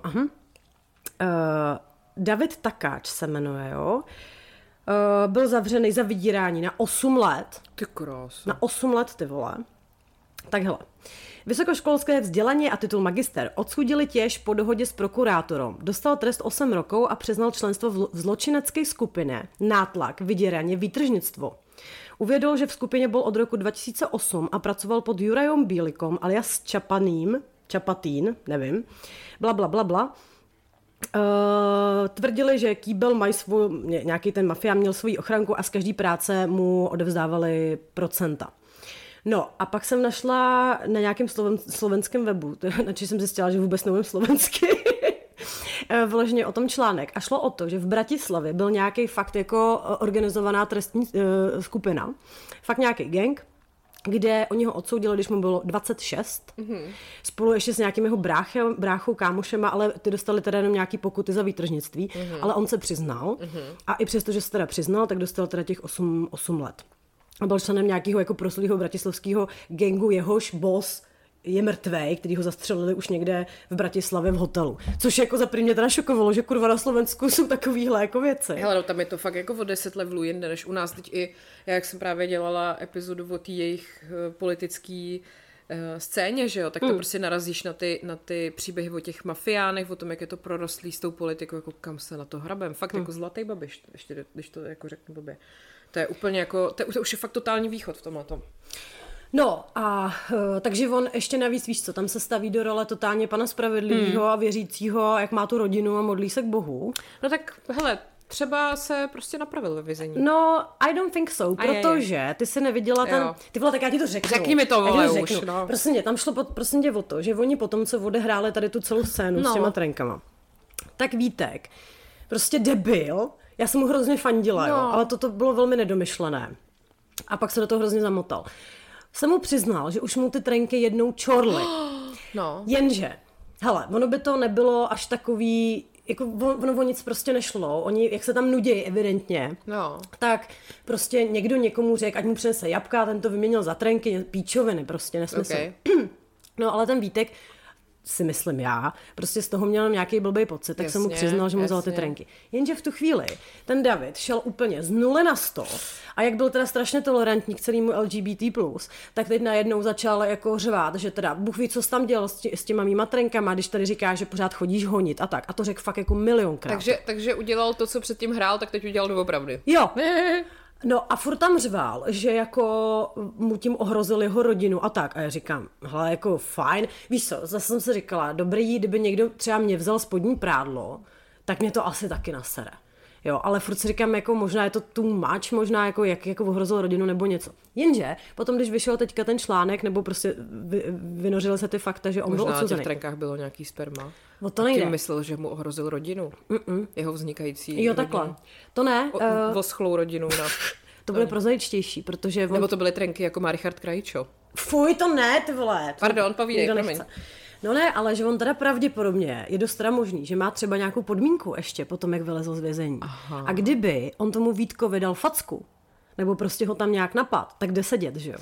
David Takáč se jmenuje, jo. Byl zavřený za vydírání na 8 let. Ty krás. Na 8 let, ty vole. Takhle. Vysokoškolské vzdělání a titul magister odsudili těž po dohodě s prokurátorem. Dostal trest 8 rokov a přiznal členstvo v zločinecké skupině, nátlak, vydírání, výtržnictvo. Uvědomil, že v skupině byl od roku 2008 a pracoval pod Jurajom Bílikom alias Čapatín, nevím, bla. Tvrdili, že Kýbel mají nějaký ten mafián měl svoji ochranku a z každé práce mu odevzdávali procenta. No a pak jsem našla na nějakém slovenském webu, načež jsem zjistila, že vůbec neumím slovensky, vyloženě o tom článek. A šlo o to, že v Bratislavě byl nějaký fakt jako organizovaná trestní skupina, fakt nějaký gang, kde oni ho odsoudili, když mu bylo 26, spolu ještě s nějakým jeho bráchou, kámošema, ale ty dostali teda jenom nějaký pokuty za výtržnictví, ale on se přiznal a i přesto, že se teda přiznal, tak dostal teda těch 8 let. A byl členem nějakého jako proslulého bratislavského gangu, jehož boss je mrtvej, který ho zastřelili už někde v Bratislavě v hotelu. Což jako za první mě teda šokovalo, že kurva na Slovensku jsou takovýhle jako věci. Hele, no tam je to fakt jako o 10 levelů jinde, než u nás teď i, jak jsem právě dělala epizodu o té jejich politický scéně, že jo, tak to prostě narazíš na ty příběhy o těch mafiánech, o tom, jak je to prorostlý s tou politikou, jako kam se na to hrabem. Fakt jako zlatý Babiš, ještě, když to jako řeknu blbě. To je úplně jako, to už je fakt totální východ v tomhletom. No a takže on ještě navíc, víš co, tam se staví do role totálně pana spravedlivého a věřícího, jak má tu rodinu a modlí se k Bohu. No tak hele, třeba se prostě napravil ve vězení. No, I don't think so, protože ty jsi neviděla ten... Ty vole, tak já ti to řeknu. Řekni mi to, vole, už, no. Prosím tě, tam šlo prosím tě o to, že oni potom, co odehráli tady tu celou scénu s těma trenkama, tak Vítek, prostě debil, já jsem mu hrozně fandila, jo, ale toto bylo velmi nedomyšlené. A pak se do toho hrozně zamotal. Jsem mu přiznal, že už mu ty trenky jednou čorly. No. Jenže, hele, ono by to nebylo až takový, jako ono o nic prostě nešlo. Oni, jak se tam nudějí evidentně, tak prostě někdo někomu řekl, ať mu přinese jabka, ten to vyměnil za trenky, píčoviny prostě, nesmysl. Okay. No ale ten Vítek, si myslím já, prostě z toho měl nějaký blbý pocit, tak jsem mu přiznal, že mu vzal ty trenky. Jenže v tu chvíli ten David šel úplně z 0 na 100 a jak byl teda strašně tolerantní k celému LGBT+, tak teď najednou začal jako řvát, že teda Bůh ví, co jsi tam dělal s těma mýma trenkama, když tady říkáš, že pořád chodíš honit a tak. A to řekl fakt jako milionkrát. Takže udělal to, co předtím hrál, tak teď udělal doopravdy. Jo. No a furt tam řval, že jako mu tím ohrozil jeho rodinu a tak. A já říkám, hele, jako fajn. Víš co, zase jsem si říkala, dobrý, kdyby někdo třeba mě vzal spodní prádlo, tak mě to asi taky nasere. Jo, ale furt si říkám, jako možná je to too much, možná jak ohrozil rodinu nebo něco. Jenže potom, když vyšel teďka ten článek, nebo prostě vynořily se ty fakta, že on byl odsuzený. Možná na těch trenkách bylo nějaký sperma. O to nejde. Tím myslel, že mu ohrozil rodinu. Jeho vznikající Jo, takhle. To ne. Voschlou rodinu. To bude prozaičtější, protože... Nebo to byly trenky, jako má Richard Krajčo. Fuj, to ne, ty vole. Pardon, povídej, promiň. No ne, ale že on teda pravděpodobně je dost teda možný, že má třeba nějakou podmínku ještě po tom, jak vylezl z vězení. Aha. A kdyby on tomu Vítkovi dal facku, nebo prostě ho tam nějak napad, tak jde sedět, že jo?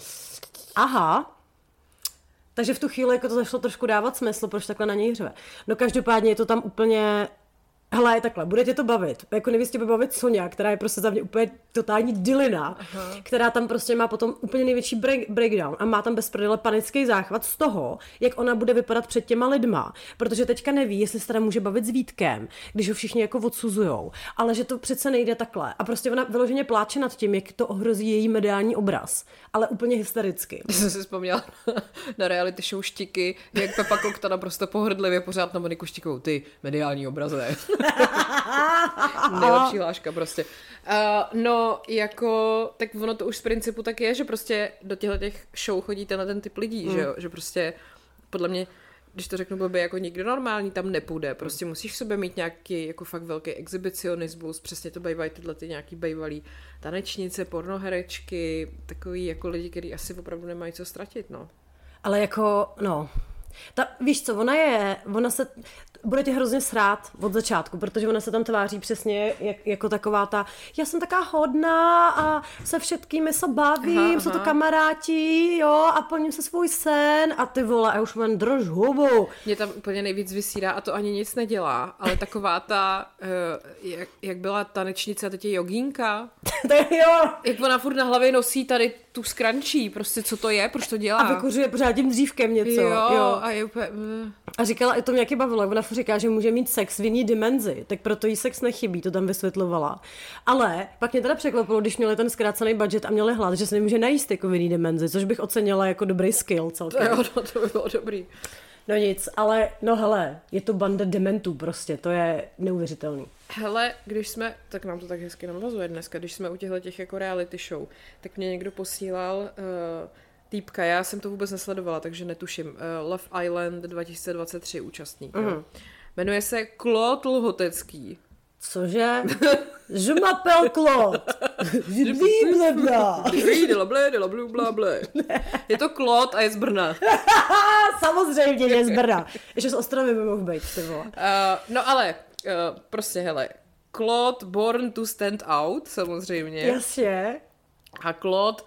Aha. Takže v tu chvíli jako to začalo trošku dávat smysl, proč takhle na něj řve. No každopádně je to tam úplně... Hele, je takhle, bude tě to bavit. Jako nejvíc tě bude bavit Sonja, která je prostě za mě úplně totální dilina, která tam prostě má potom úplně největší breakdown a má tam bez prdele panický záchvat z toho, jak ona bude vypadat před těma lidma, protože teďka neví, jestli se teda může bavit s Vítkem, když ho všichni jako odsuzujou, ale že to přece nejde takhle. A prostě ona vyloženě pláče nad tím, jak to ohrozí její mediální obraz, ale úplně hystericky. Já jsem si vzpomněla na reality show Štiky, jak Pepa Kokta naprosto pohrdlivě pořád na Moniku Štikovou, ty mediální obraze. Nejlepší hláška prostě. No, jako, tak ono to už z principu tak je, že prostě do těch show chodí ten typ lidí, že jo? Že prostě, podle mě, když to řeknu blbě, jako nikdo normální tam nepůjde. Prostě musíš v sobě mít nějaký jako fakt velký exhibicionismus, přesně to bývají tyhle ty nějaký bývalý tanečnice, pornoherečky, takový jako lidi, kteří asi opravdu nemají co ztratit, no. Ale jako, no... Víš co, ona se bude tě hrozně srát od začátku, protože ona se tam tváří přesně jako taková ta, já jsem taká hodná a se všetkými se bavím, jsou to kamaráti, jo, a plním se svůj sen a ty vole, a už mám drž hubu. Mě tam úplně nejvíc vysírá a to ani nic nedělá, ale taková ta, jak byla tanečnice a teď je jogínka. Jo. Jak ona furt na hlavě nosí tady tu skrančí, prostě co to je, proč to dělá. A vykuřuje pořád tím dřívkem něco. Jo. A je úplně... A říkala, i to mě jaký bavilo, ona říká, že může mít sex v jiný dimenzi, tak proto jí sex nechybí, to tam vysvětlovala. Ale pak mě teda překvapilo, když měli ten zkrácený budget a měli hlad, že se nemůže najíst jako v jiný dimenzi, což bych ocenila jako dobrý skill celkem. To by bylo dobrý. No nic, ale no hele, je to banda dementů prostě, to je neuvěřitelný. Hele, když jsme, tak nám to tak hezky navazuje dneska, když jsme u těch jako reality show, tak mě někdo posílal týpka, já jsem to vůbec nesledovala, takže netuším, Love Island 2023 účastník. Jmenuje se Claude Lhotecký. Cože? Je m'appelle Claude. Je to Claude a je z Brna. Samozřejmě, že je z Brna. Ještě z Ostravy by mohl být, ty vole. No ale, prostě hele, Claude born to stand out, samozřejmě. Jasně. A Claude...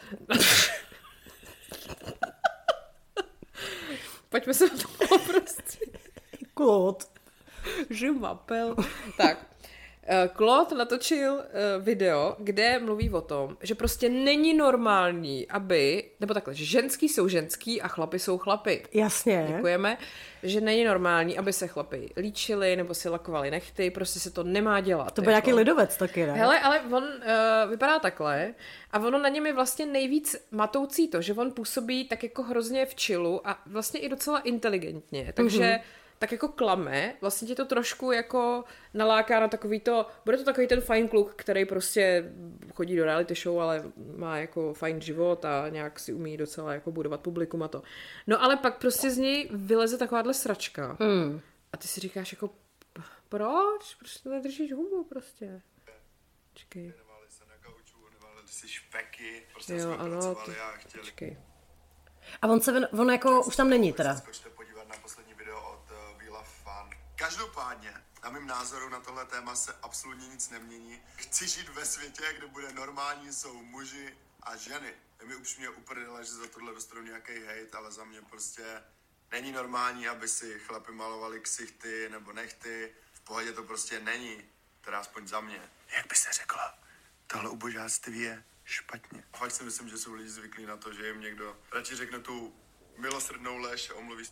Pojďme se o tom prostě. Claude. Je m'appelle. Tak. Claude natočil video, kde mluví o tom, že prostě není normální, nebo takhle, že ženský jsou ženský a chlapi jsou chlapy. Jasně. Děkujeme. Že není normální, aby se chlapi líčili nebo si lakovali nechty, prostě se to nemá dělat. To byl nějaký lidovec taky, ne? Hele, ale on vypadá takhle a ono na něm je vlastně nejvíc matoucí to, že on působí tak jako hrozně v chillu a vlastně i docela inteligentně, takže tak jako klame, vlastně tě to trošku jako naláká na takový to, bude to takový ten fajn kluk, který prostě chodí do reality show, ale má jako fajn život a nějak si umí docela jako budovat publikum a to. No ale pak prostě z něj vyleze takováhle sračka. A ty si říkáš jako, proč? Proč to nedržíš hubu prostě? Čekej. Věnovali se na gauču, věnovali si špeky, prostě jo, jsme ano, pracovali a chtěli. Počkej. A on jako už tam není teda. Skočte podívat na poslední video od We Love Fun. Každopádně, na mým názoru na tohle téma se absolutně nic nemění. Chci žít ve světě, kde bude normální, jsou muži a ženy. Je mi upřímně uprdele, že za tohle dostanu nějaký hejt, ale za mě prostě není normální, aby si chlapi malovali ksichty nebo nechty. V pohodě to prostě není, teda aspoň za mě. Jak by se řeklo, tohle ubožáctví je špatně. A fakt si myslím, že jsou lidi zvyklí na to, že jim někdo radši řekne tu milosrdnou lež a omluví.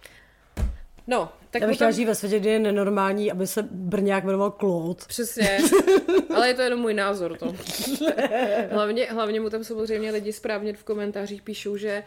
No, tak já bych chtěla žít ve světě, kdy je nenormální, aby se Brňák jmenoval Claude. Přesně, ale je to jenom můj názor to. Hlavně mu tam samozřejmě lidi správně v komentářích píšou, že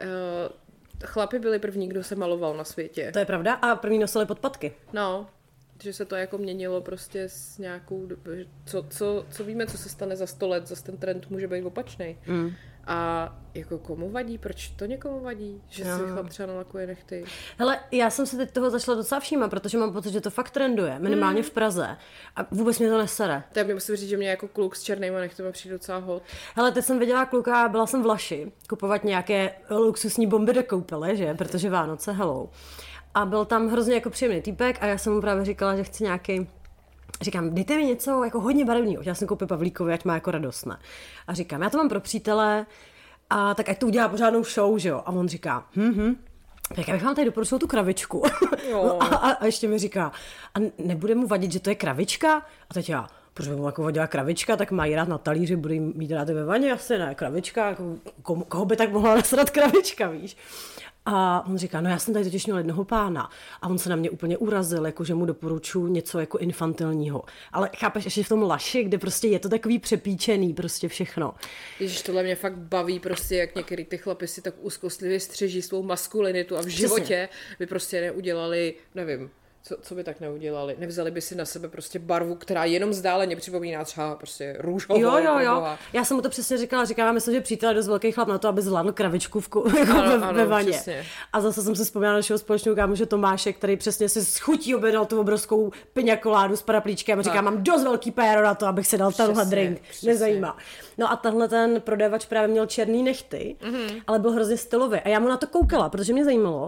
chlapi byli první, kdo se maloval na světě. To je pravda a první nosili podpatky. No, že se to jako měnilo prostě s nějakou, co víme, co se stane za 100 let, zase ten trend může být opačnej. A jako komu vadí? Proč to někomu vadí? Že si chlap třeba nalakuje nechty? Hele, já jsem se teď toho začala docela všímat, protože mám pocit, že to fakt trenduje, minimálně v Praze. A vůbec mě to nesere. To já musím říct, že mě jako kluk s černýma nechtama přijde docela hot. Hele, teď jsem viděla kluka, byla jsem v Laši kupovat nějaké luxusní bomby do koupele, že? Protože Vánoce, hello. A byl tam hrozně jako příjemný týpek a já jsem mu právě říkala, že chci nějaký... Říkám, dejte mi něco jako hodně barevného. Já jsem koupil Pavlíkovi, ať má jako radost, ne? A říkám, já to mám pro přítele, a tak ať to udělá pořádnou show, že jo? A on říká, tak já bych vám tady doporučil tu kravičku. a ještě mi říká, a nebude mu vadit, že to je kravička? A teď já, proč by mu jako vadila kravička, tak má jí rád na talíři, bude mít rád ve vaně, asi ne, kravička, jako, koho by tak mohla nasrat kravička, víš? A on říká, no já jsem tady totiž měl jednoho pána a on se na mě úplně urazil, jako že mu doporučuji něco jako infantilního. Ale chápeš, ještě v tom Laši, kde prostě je to takový přepíčený prostě všechno. Ježiš, tohle mě fakt baví prostě, jak některý ty chlapi si tak úzkostlivě střeží svou maskulinitu a v životě by prostě neudělali, nevím, co by tak neudělali? Nevzali by si na sebe prostě barvu, která jenom vzdáleně připomíná třeba prostě růžovou. Jo. Já jsem mu to přesně říkala, myslím, že přítel je dost velký chlap na to, aby zvládl kravičku ve vaně. Přesně. A zase jsem si vzpomněla našeho společného kámoše Tomáše, který přesně si s chutí objednal tu obrovskou piňakoládu s paraplíčkem a říká, mám dost velký péro na to, abych si dal tenhle drink. Nezajímá. No a tenhle ten prodavač právě měl černý nechty, ale byl hrozně stylový. A já mu na to koukala, protože mě zajímalo,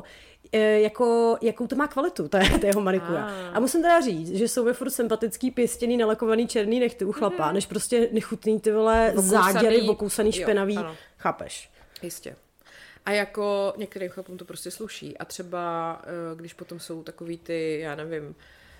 jakou to má kvalitu, ta jeho manikura. A musím teda říct, že jsou mi furt sympatický pěstěný, nalakovaný černý nechty u chlapa, než prostě nechutný ty vole záděry, okousaný, špinavý. Chápeš? Jistě. A jako některým chlapům to prostě sluší. A třeba, když potom jsou takový ty, já nevím,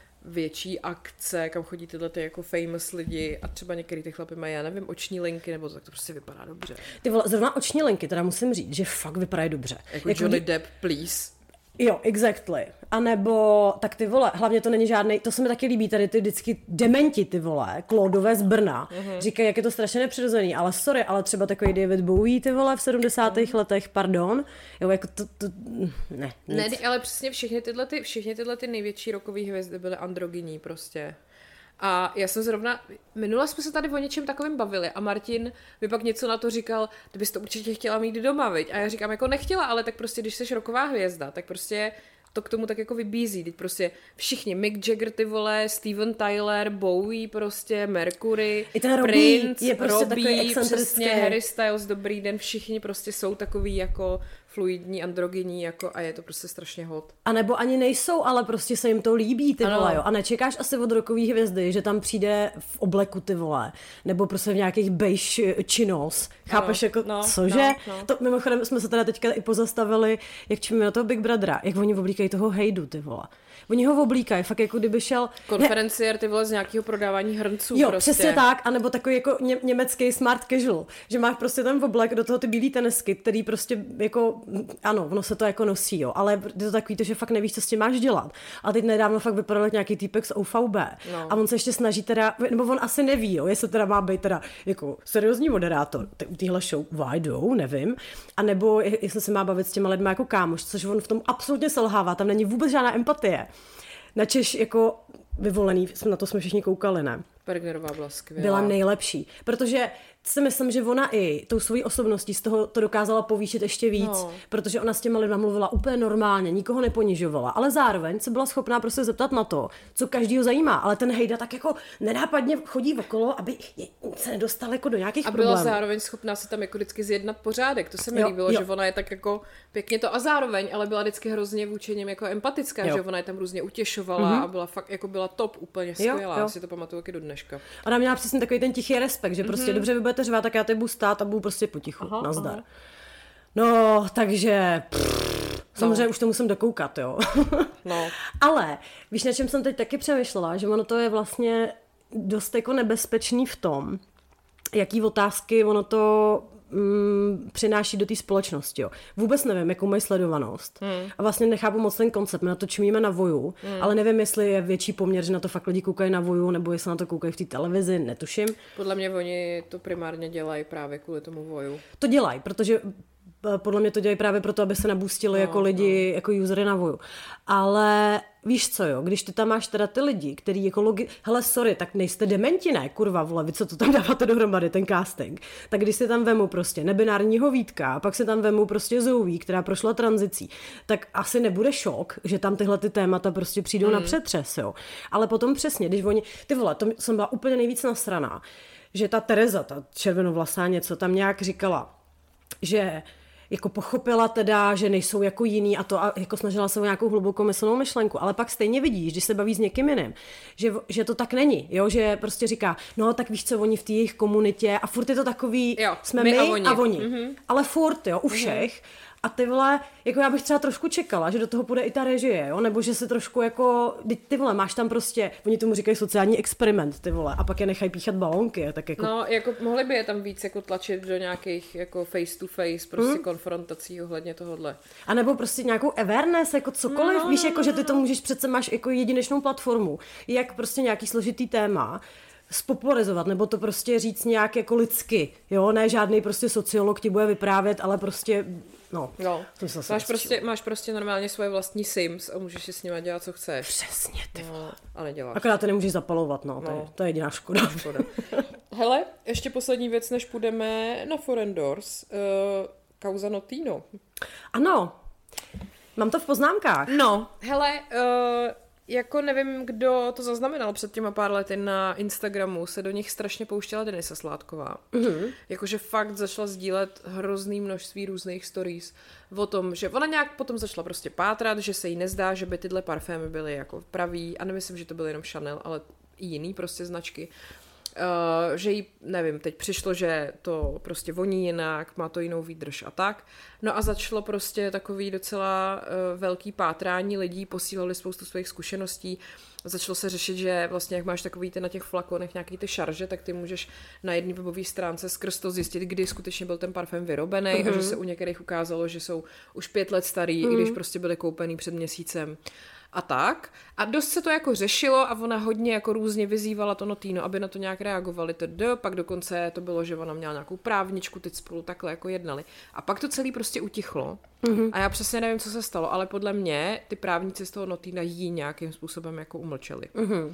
větší akce, kam chodí tyhle ty jako famous lidi a třeba některý ty chlapy mají, já nevím, oční linky, nebo tak to prostě vypadá dobře. Ty vole, zrovna oční linky, teda musím říct, že fakt vypadají dobře. Jako Johnny Depp, please. Jo, exactly. A nebo, tak ty vole, hlavně to není žádnej, to se mi taky líbí, tady ty vždycky dementi, ty vole, Claudeové z Brna, říkají, jak je to strašně nepřirozený, ale sorry, ale třeba takový David Bowie, ty vole, v 70. letech, pardon, jo, jako ne, nic. Ne, ale přesně všechny tyhle ty největší rockové hvězdy byly androgyní prostě. A já jsem zrovna, minule jsme se tady o něčem takovým bavili a Martin by pak něco na to říkal, ty bys to určitě chtěla mít doma, viď? A já říkám, jako nechtěla, ale tak prostě, když jsi rocková hvězda, tak prostě to k tomu tak jako vybízí. Teď prostě všichni, Mick Jagger, ty vole, Steven Tyler, Bowie, prostě Mercury, Prince, je prostě Robbie, přesně Harry Styles, Dobrý den, všichni prostě jsou takový jako fluidní, androgyní, jako a je to prostě strašně hot. A nebo ani nejsou, ale prostě se jim to líbí, ty vole, jo. A nečekáš asi od rockových hvězdy, že tam přijde v obleku, ty vole, nebo prostě v nějakých beige chinos. Chápeš, jako, cože? To mimochodem jsme se teda teďka i pozastavili, jak čím na toho Big Brothera, jak oni oblíkají toho Hejdu, ty vole. Oni ho oblíkají, fakt jako kdyby šel... Konferenciér, ty vole, z nějakého prodávání hrnců. Jo, prostě. Přesně tak, anebo takový jako německý smart casual, že máš prostě ten oblek, do toho ty bílý tenisky, který prostě jako, ano, ono se to jako nosí, jo, ale je to takový to, že fakt nevíš, co s tím máš dělat. A teď nedávno fakt vypadal jak nějaký týpek z OVB. A on se ještě snaží teda, nebo on asi neví, jo, jestli teda má být teda jako seriózní moderátor u téhle show, why do, nevím, a nebo jestli se má bavit s těma lidma jako kámoš, což on v tom absolutně selhává, tam není vůbec žádná empatie. Načež jako vyvolený, na to jsme všichni koukali, ne? Bergnerová byla skvělá. Byla nejlepší, protože si myslím, že ona i tou svojí osobností z toho to dokázala povýšit ještě víc, protože ona s těma lidma mluvila úplně normálně, nikoho neponižovala, ale zároveň se byla schopná prostě zeptat na to, co každýho zajímá, ale ten Hejda tak jako nenápadně chodí okolo, aby se nedostal jako do nějakých problémů. A byla zároveň schopná si tam jako vždycky zjednat pořádek, to se mi líbilo, že ona je tak jako pěkně to a zároveň, ale byla vždycky hrozně vůči něm jako empatická, že ona je tam různě utěšovala a byla fakt jako byla top, úplně skvělá, si to pamatuju taky do dneška. Ona měla přesně takový ten tichý respekt, že prostě dobře vy budete řvát, tak já tady budu stát a budu prostě potichu. Nazdar. No, takže samozřejmě už to musím dokoukat, jo. Ale víš, na čem jsem teď taky přemýšlela, že ono to je vlastně dost jako nebezpečný v tom, jaký otázky ono to přináší do té společnosti. Jo. Vůbec nevím, jakou mají sledovanost. A vlastně nechápu moc ten koncept. My na to čumíme na Voju, ale nevím, jestli je větší poměr, že na to fakt lidi koukají na Voju, nebo jestli na to koukají v té televizi, netuším. Podle mě oni to primárně dělají právě kvůli tomu Voju. To dělají, protože podle mě to dělají právě proto, aby se nabustili jako lidi, jako usery na Voju. Ale víš co, jo, když ty tam máš teda ty lidi, který jako hele, sorry, tak nejste dementi, ne, kurva, vole, vy co to tam dáváte dohromady, ten casting. Tak když si tam vemu prostě nebinárního Vítka, a pak si tam vemu prostě Zoe, která prošla tranzicí, tak asi nebude šok, že tam tyhle ty témata prostě přijdou na přetřes, jo. Ale potom přesně, když oni, ty vole, to jsem byla úplně nejvíc nasraná, že ta Tereza, ta červenovlasá něco, tam nějak říkala, že jako pochopila teda, že nejsou jako jiný a to a jako snažila se o nějakou hlubokou myslenou myšlenku, ale pak stejně vidíš, když se baví s někým jiným, že to tak není, jo, že prostě říká, no tak víš co, oni v té jejich komunitě a furt je to takový, jo, jsme my a oni. Ale furt, jo, u všech. A ty vole, jako já bych třeba trošku čekala, že do toho půjde i ta režie, jo? Nebo že se trošku jako, ty vole, máš tam prostě, oni tomu říkají sociální experiment, ty vole, a pak je nechají píchat balónky, tak jako... No, jako mohli by je tam víc jako tlačit do nějakých jako face to face, prostě konfrontací ohledně tohohle. A nebo prostě nějakou awareness, jako cokoliv, víš, jako že ty to můžeš, přece máš jako jedinečnou platformu, jak prostě nějaký složitý téma spopularizovat, nebo to prostě říct nějak jako lidsky, jo, ne žádný prostě sociolog ti bude vyprávět, ale prostě, no. Máš prostě normálně svoje vlastní Sims a můžeš si s nima dělat, co chceš. Přesně, ty vole. A neděláš. Akorát to nemůžeš zapalovat, to je jediná škoda. Hele, ještě poslední věc, než půjdeme na Foreign Doors. Kauza Notino. Ano, mám to v poznámkách. No, hele, jako nevím, kdo to zaznamenal před těma pár lety na Instagramu, se do nich strašně pouštěla Denisa Sládková. Jakože fakt začala sdílet hrozný množství různých stories o tom, že ona nějak potom začala prostě pátrat, že se jí nezdá, že by tyhle parfémy byly jako pravý, a nemyslím, že to byly jenom Chanel, ale i jiný prostě značky. Že jí, nevím, teď přišlo, že to prostě voní jinak, má to jinou výdrž a tak. No a začalo prostě takový docela velký pátrání lidí, posílali spoustu svých zkušeností. Začalo se řešit, že vlastně jak máš takový ty na těch flakonech nějaký ty šarže, tak ty můžeš na jedné webové stránce skrz to zjistit, kdy skutečně byl ten parfém vyrobený a že se u některých ukázalo, že jsou už 5 let starý, i když prostě byly koupený před měsícem. A tak. A dost se to jako řešilo a ona hodně jako různě vyzývala to Notino, aby na to nějak reagovali. Pak dokonce to bylo, že ona měla nějakou právničku, teď spolu takhle jako jednali. A pak to celý prostě utichlo. A já přesně nevím, co se stalo, ale podle mě ty právníci z toho Notina jí nějakým způsobem jako umlčeli.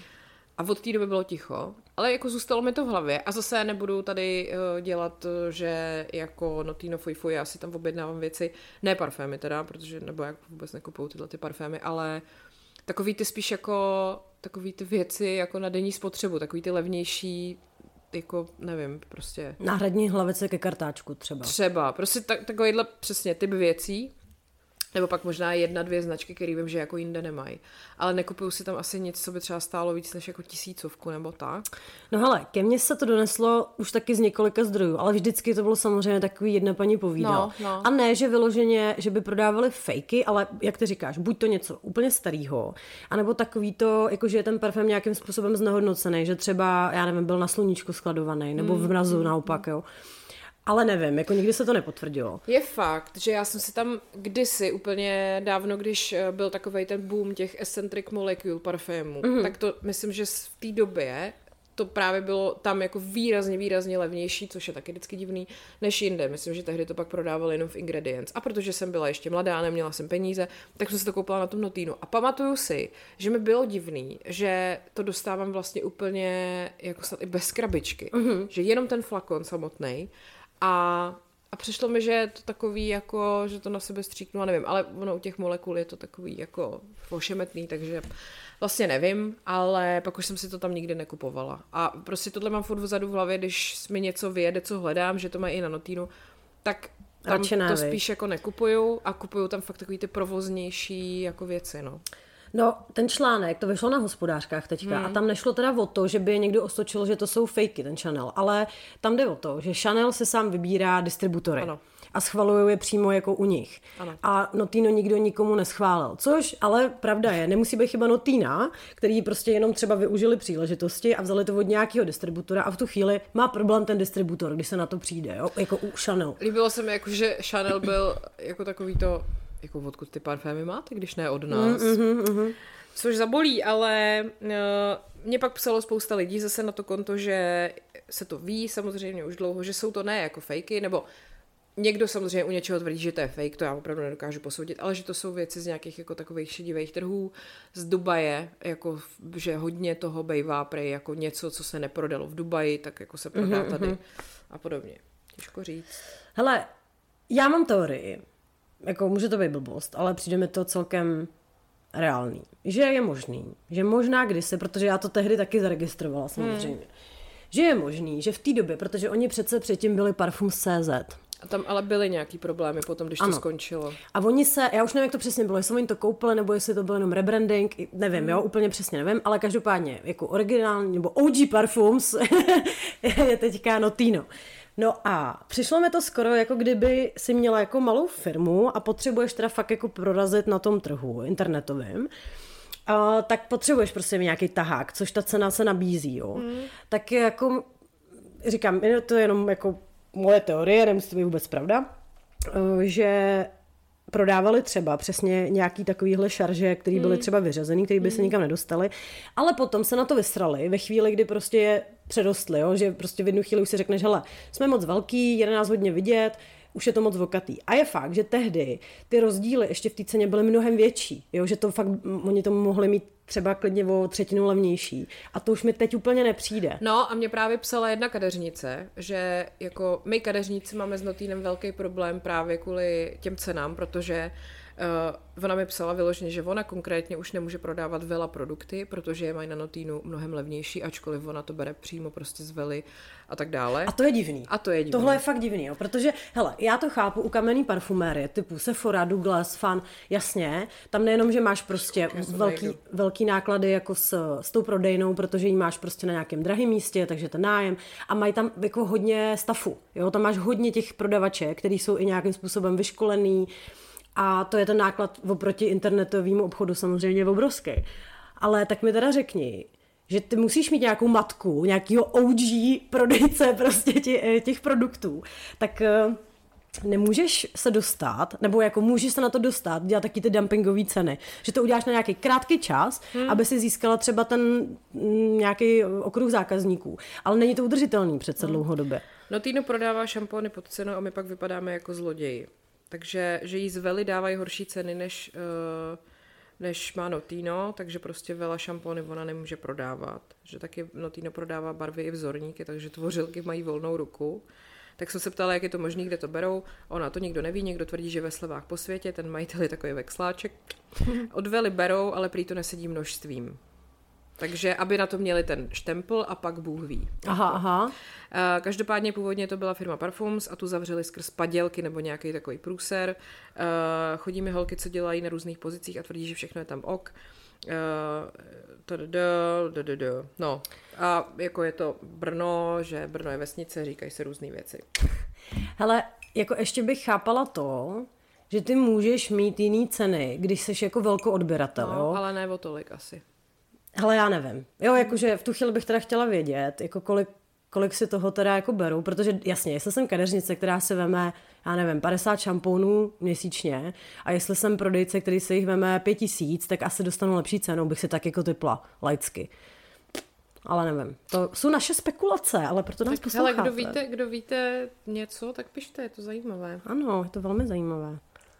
A od té doby bylo ticho, ale jako zůstalo mi to v hlavě a zase nebudu tady dělat, že jako Notino fuj, já si tam objednávám věci, ne parfémy teda, protože nebo jak vůbec nekupuju tyhle ty parfémy, ale takový ty spíš jako takový ty věci jako na denní spotřebu, takový ty levnější, jako nevím, prostě. Náhradní hlavice ke kartáčku třeba. Třeba, prostě takovýhle přesně typ věcí. Nebo pak možná 1-2 značky, které vím, že jako jinde nemají. Ale nekupuju si tam asi nic, co by třeba stálo víc než jako 1000 nebo tak. No hele, ke mně se to doneslo už taky z několika zdrojů, ale vždycky to bylo samozřejmě takový jedna paní povídala. No. A ne, že vyloženě, že by prodávali fejky, ale jak ty říkáš, buď to něco úplně starého, anebo takový to, jako že je ten parfém nějakým způsobem znehodnocený, že třeba, já nevím, byl na sluníčku skladovaný, nebo v mrazu naopak, jo. Ale nevím, jako nikdy se to nepotvrdilo. Je fakt, že já jsem si tam kdysi úplně dávno, když byl takovej ten boom těch eccentric molecule parfémů, tak to myslím, že v té době to právě bylo tam jako výrazně levnější, což je taky vždycky divný, než jinde. Myslím, že tehdy to pak prodávali jenom v Ingredients. A protože jsem byla ještě mladá, neměla jsem peníze, tak jsem si to koupila na tom Notinu. A pamatuju si, že mi bylo divný, že to dostávám vlastně úplně jako snad i bez krabičky. Že jenom ten flakon samotnej. A přišlo mi, že je to takový jako, že to na sebe stříknu a nevím, ale ono u těch molekul je to takový jako ošemetný, takže vlastně nevím, ale pak už jsem si to tam nikdy nekupovala. A prostě tohle mám furt vzadu v hlavě, když mi něco vyjede, co hledám, že to mají i na Notinu, tak tam to spíš jako nekupuju a kupuju tam fakt takový ty provoznější jako věci, no. No, ten článek, to vyšlo na Hospodářkách teďka a tam nešlo teda o to, že by někdo osočil, že to jsou fejky, ten Chanel, ale tam jde o to, že Chanel se sám vybírá distributory. Ano. A schvalují je přímo jako u nich. Ano. A Notino nikdo nikomu neschválil. Což ale pravda je, nemusí být chyba Notina, který prostě jenom třeba využili příležitosti a vzali to od nějakého distributora a v tu chvíli má problém ten distributor, když se na to přijde, jo? Jako u Chanel. Líbilo se mi, jako, že Chanel byl jako takový to, jako odkud ty parfémy máte, když ne od nás. Což zabolí, ale mě pak psalo spousta lidí zase na to konto, že se to ví samozřejmě už dlouho, že jsou to ne jako fejky, nebo někdo samozřejmě u něčeho tvrdí, že to je fake, to já opravdu nedokážu posoudit, ale že to jsou věci z nějakých jako takových šedivých trhů, z Dubaje, jako že hodně toho bejvá prej jako něco, co se neprodalo v Dubaji, tak jako se prodá tady a podobně. Těžko říct. Hele, já mám teorii, jako může to být blbost, ale přijde mi to celkem reálný. Že je možný, že možná kdysi, protože já to tehdy taky zaregistrovala samozřejmě, že je možný, že v té době, protože oni přece předtím byli Parfums.cz. A tam ale byly nějaký problémy potom, když to skončilo. A oni se, já už nevím, jak to přesně bylo, jestli oni to koupili, nebo jestli to byl jenom rebranding, nevím, jo, úplně přesně nevím, ale každopádně jako originální, nebo OG Parfums je teďka Notino. No a přišlo mi to skoro, jako kdyby si měla jako malou firmu a potřebuješ teda fakt jako prorazit na tom trhu internetovým, tak potřebuješ prostě nějaký tahák, což ta cena se nabízí, jo. Tak jako, říkám, to je jenom jako moje teorie, nemusí to být vůbec pravda, že prodávali třeba přesně nějaký takovýhle šarže, který byly třeba vyřazený, který by se nikam nedostali, ale potom se na to vysrali ve chvíli, kdy prostě je předostli, jo? Že prostě v jednu chvíli už si řekneš, hele, jsme moc velký, je na nás hodně vidět, už je to moc vokatý. A je fakt, že tehdy ty rozdíly ještě v té ceně byly mnohem větší, jo? Že to fakt, oni to mohli mít třeba klidně o 1/3 levnější. A to už mi teď úplně nepřijde. No a mě právě psala jedna kadeřnice, že jako my kadeřníci máme s Notinem velký problém právě kvůli těm cenám, protože Ona mi psala vyloženě, že ona konkrétně už nemůže prodávat Vela produkty, protože je mají na Notínu mnohem levnější, ačkoliv ona to bere přímo prostě z Vely a tak dále. A to je divný. Tohle je fakt divný, jo, protože, hele, já to chápu u kamenný parfumérie, typu Sephora, Douglas, Fan, jasně, tam nejenom, že máš prostě velký náklady jako s tou prodejnou, protože ji máš prostě na nějakém drahém místě, takže ten nájem, a mají tam jako hodně stafu, jo, tam máš hodně těch prodavaček, který jsou i nějakým způsobem vyškolený, a to je ten náklad oproti internetovému obchodu samozřejmě obrovský. Ale tak mi teda řekni, že ty musíš mít nějakou matku, nějakýho OG prodejce prostě těch produktů, tak nemůžeš se dostat, nebo jako můžeš se na to dostat, dělat taky ty dumpingové ceny, že to uděláš na nějaký krátký čas, aby si získala třeba ten nějaký okruh zákazníků. Ale není to udržitelný přece dlouhodobě. Notino prodává šampóny pod cenou a my pak vypadáme jako zloději. Takže že jí z Vely dávají horší ceny, než má Notino, takže prostě Vela šampóny ona nemůže prodávat. Že taky Notino prodává barvy i vzorníky, takže tvořilky mají volnou ruku. Tak jsem se ptala, jak je to možné, kde to berou. Ona to nikdo neví, někdo tvrdí, že ve slevách po světě, ten majitel je takový vexláček. Od Vely berou, ale prý to nesedí množstvím. Takže aby na to měli ten štempl a pak Bůh ví. Aha. Každopádně původně to byla firma Parfums a tu zavřeli skrz padělky nebo nějaký takový průser. Chodí mi holky, co dělají na různých pozicích a tvrdí, že všechno je tam ok. No a jako je to Brno, že Brno je vesnice, říkají se různý věci. Hele, jako ještě bych chápala to, že ty můžeš mít jiný ceny, když jsi jako velkoodběratel, no, jo? Ale ne o tolik asi. Hele, já nevím. Jo, jakože v tu chvíli bych teda chtěla vědět, jako kolik si toho teda jako beru, protože jasně, jestli jsem kadeřnice, která si veme, já nevím, 50 šampónů měsíčně a jestli jsem prodejce, který si jich veme 5000, tak asi dostanu lepší cenu, bych si tak jako typla laicky. Ale nevím. To jsou naše spekulace, ale proto nás posloucháte. Hele, kdo víte něco, tak pište, je to zajímavé. Ano, je to velmi zajímavé.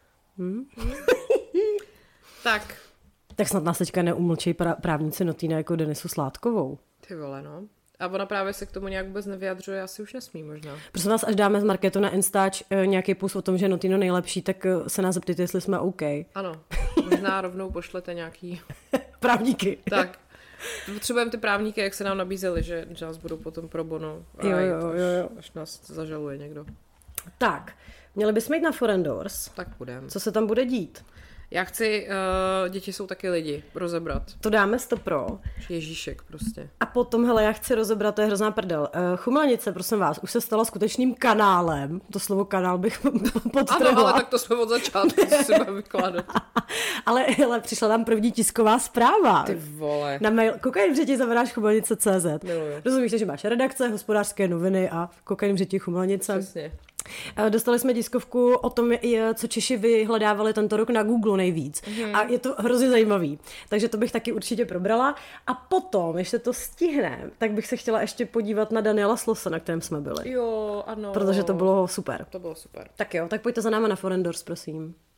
Tak snad nás teďka neumlčí právníci Notina jako Denisu Sládkovou. Ty vole, no. A ona právě se k tomu nějak vůbec nevyjadřuje, asi už nesmí možná. Prosím vás, až dáme z Marketu na Instač nějaký post o tom, že Notino nejlepší, tak se nás zeptejte, jestli jsme OK. Ano, možná rovnou pošlete nějaký... právníky. Tak. Potřebujeme ty právníky, jak se nám nabízeli, že nás budou potom pro bono. Jo. Až nás zažaluje někdo. Tak, měli bychom jít na Forendors. Tak půjdeme. Co se tam bude dít? Já chci, děti jsou taky lidi, rozebrat. To dáme 100%. Ježíšek prostě. A potom, hele, já chci rozebrat, to je hrozná prdel. Chumelnice, prosím vás, už se stala skutečným kanálem. To slovo kanál bych podtrhla. Ano, ale tak to jsme od začátku si budeme vykládat. ale hele, přišla tam první tisková zpráva. Ty vole. Na mail kokainvřeti@chumelnice.cz. Rozumíš, že máš redakce, hospodářské noviny a kokainvřeti Chumelnice. Přesně. Dostali jsme tiskovku o tom, co Češi vyhledávali tento rok na Google nejvíc. A je to hrozně zajímavý. Takže to bych taky určitě probrala. A potom, ještě to stihne, tak bych se chtěla ještě podívat na Daniela Slosse, na kterém jsme byli. Jo, ano. Protože to bylo super. To bylo super. Tak jo, tak pojďte za náma na Forendors, prosím.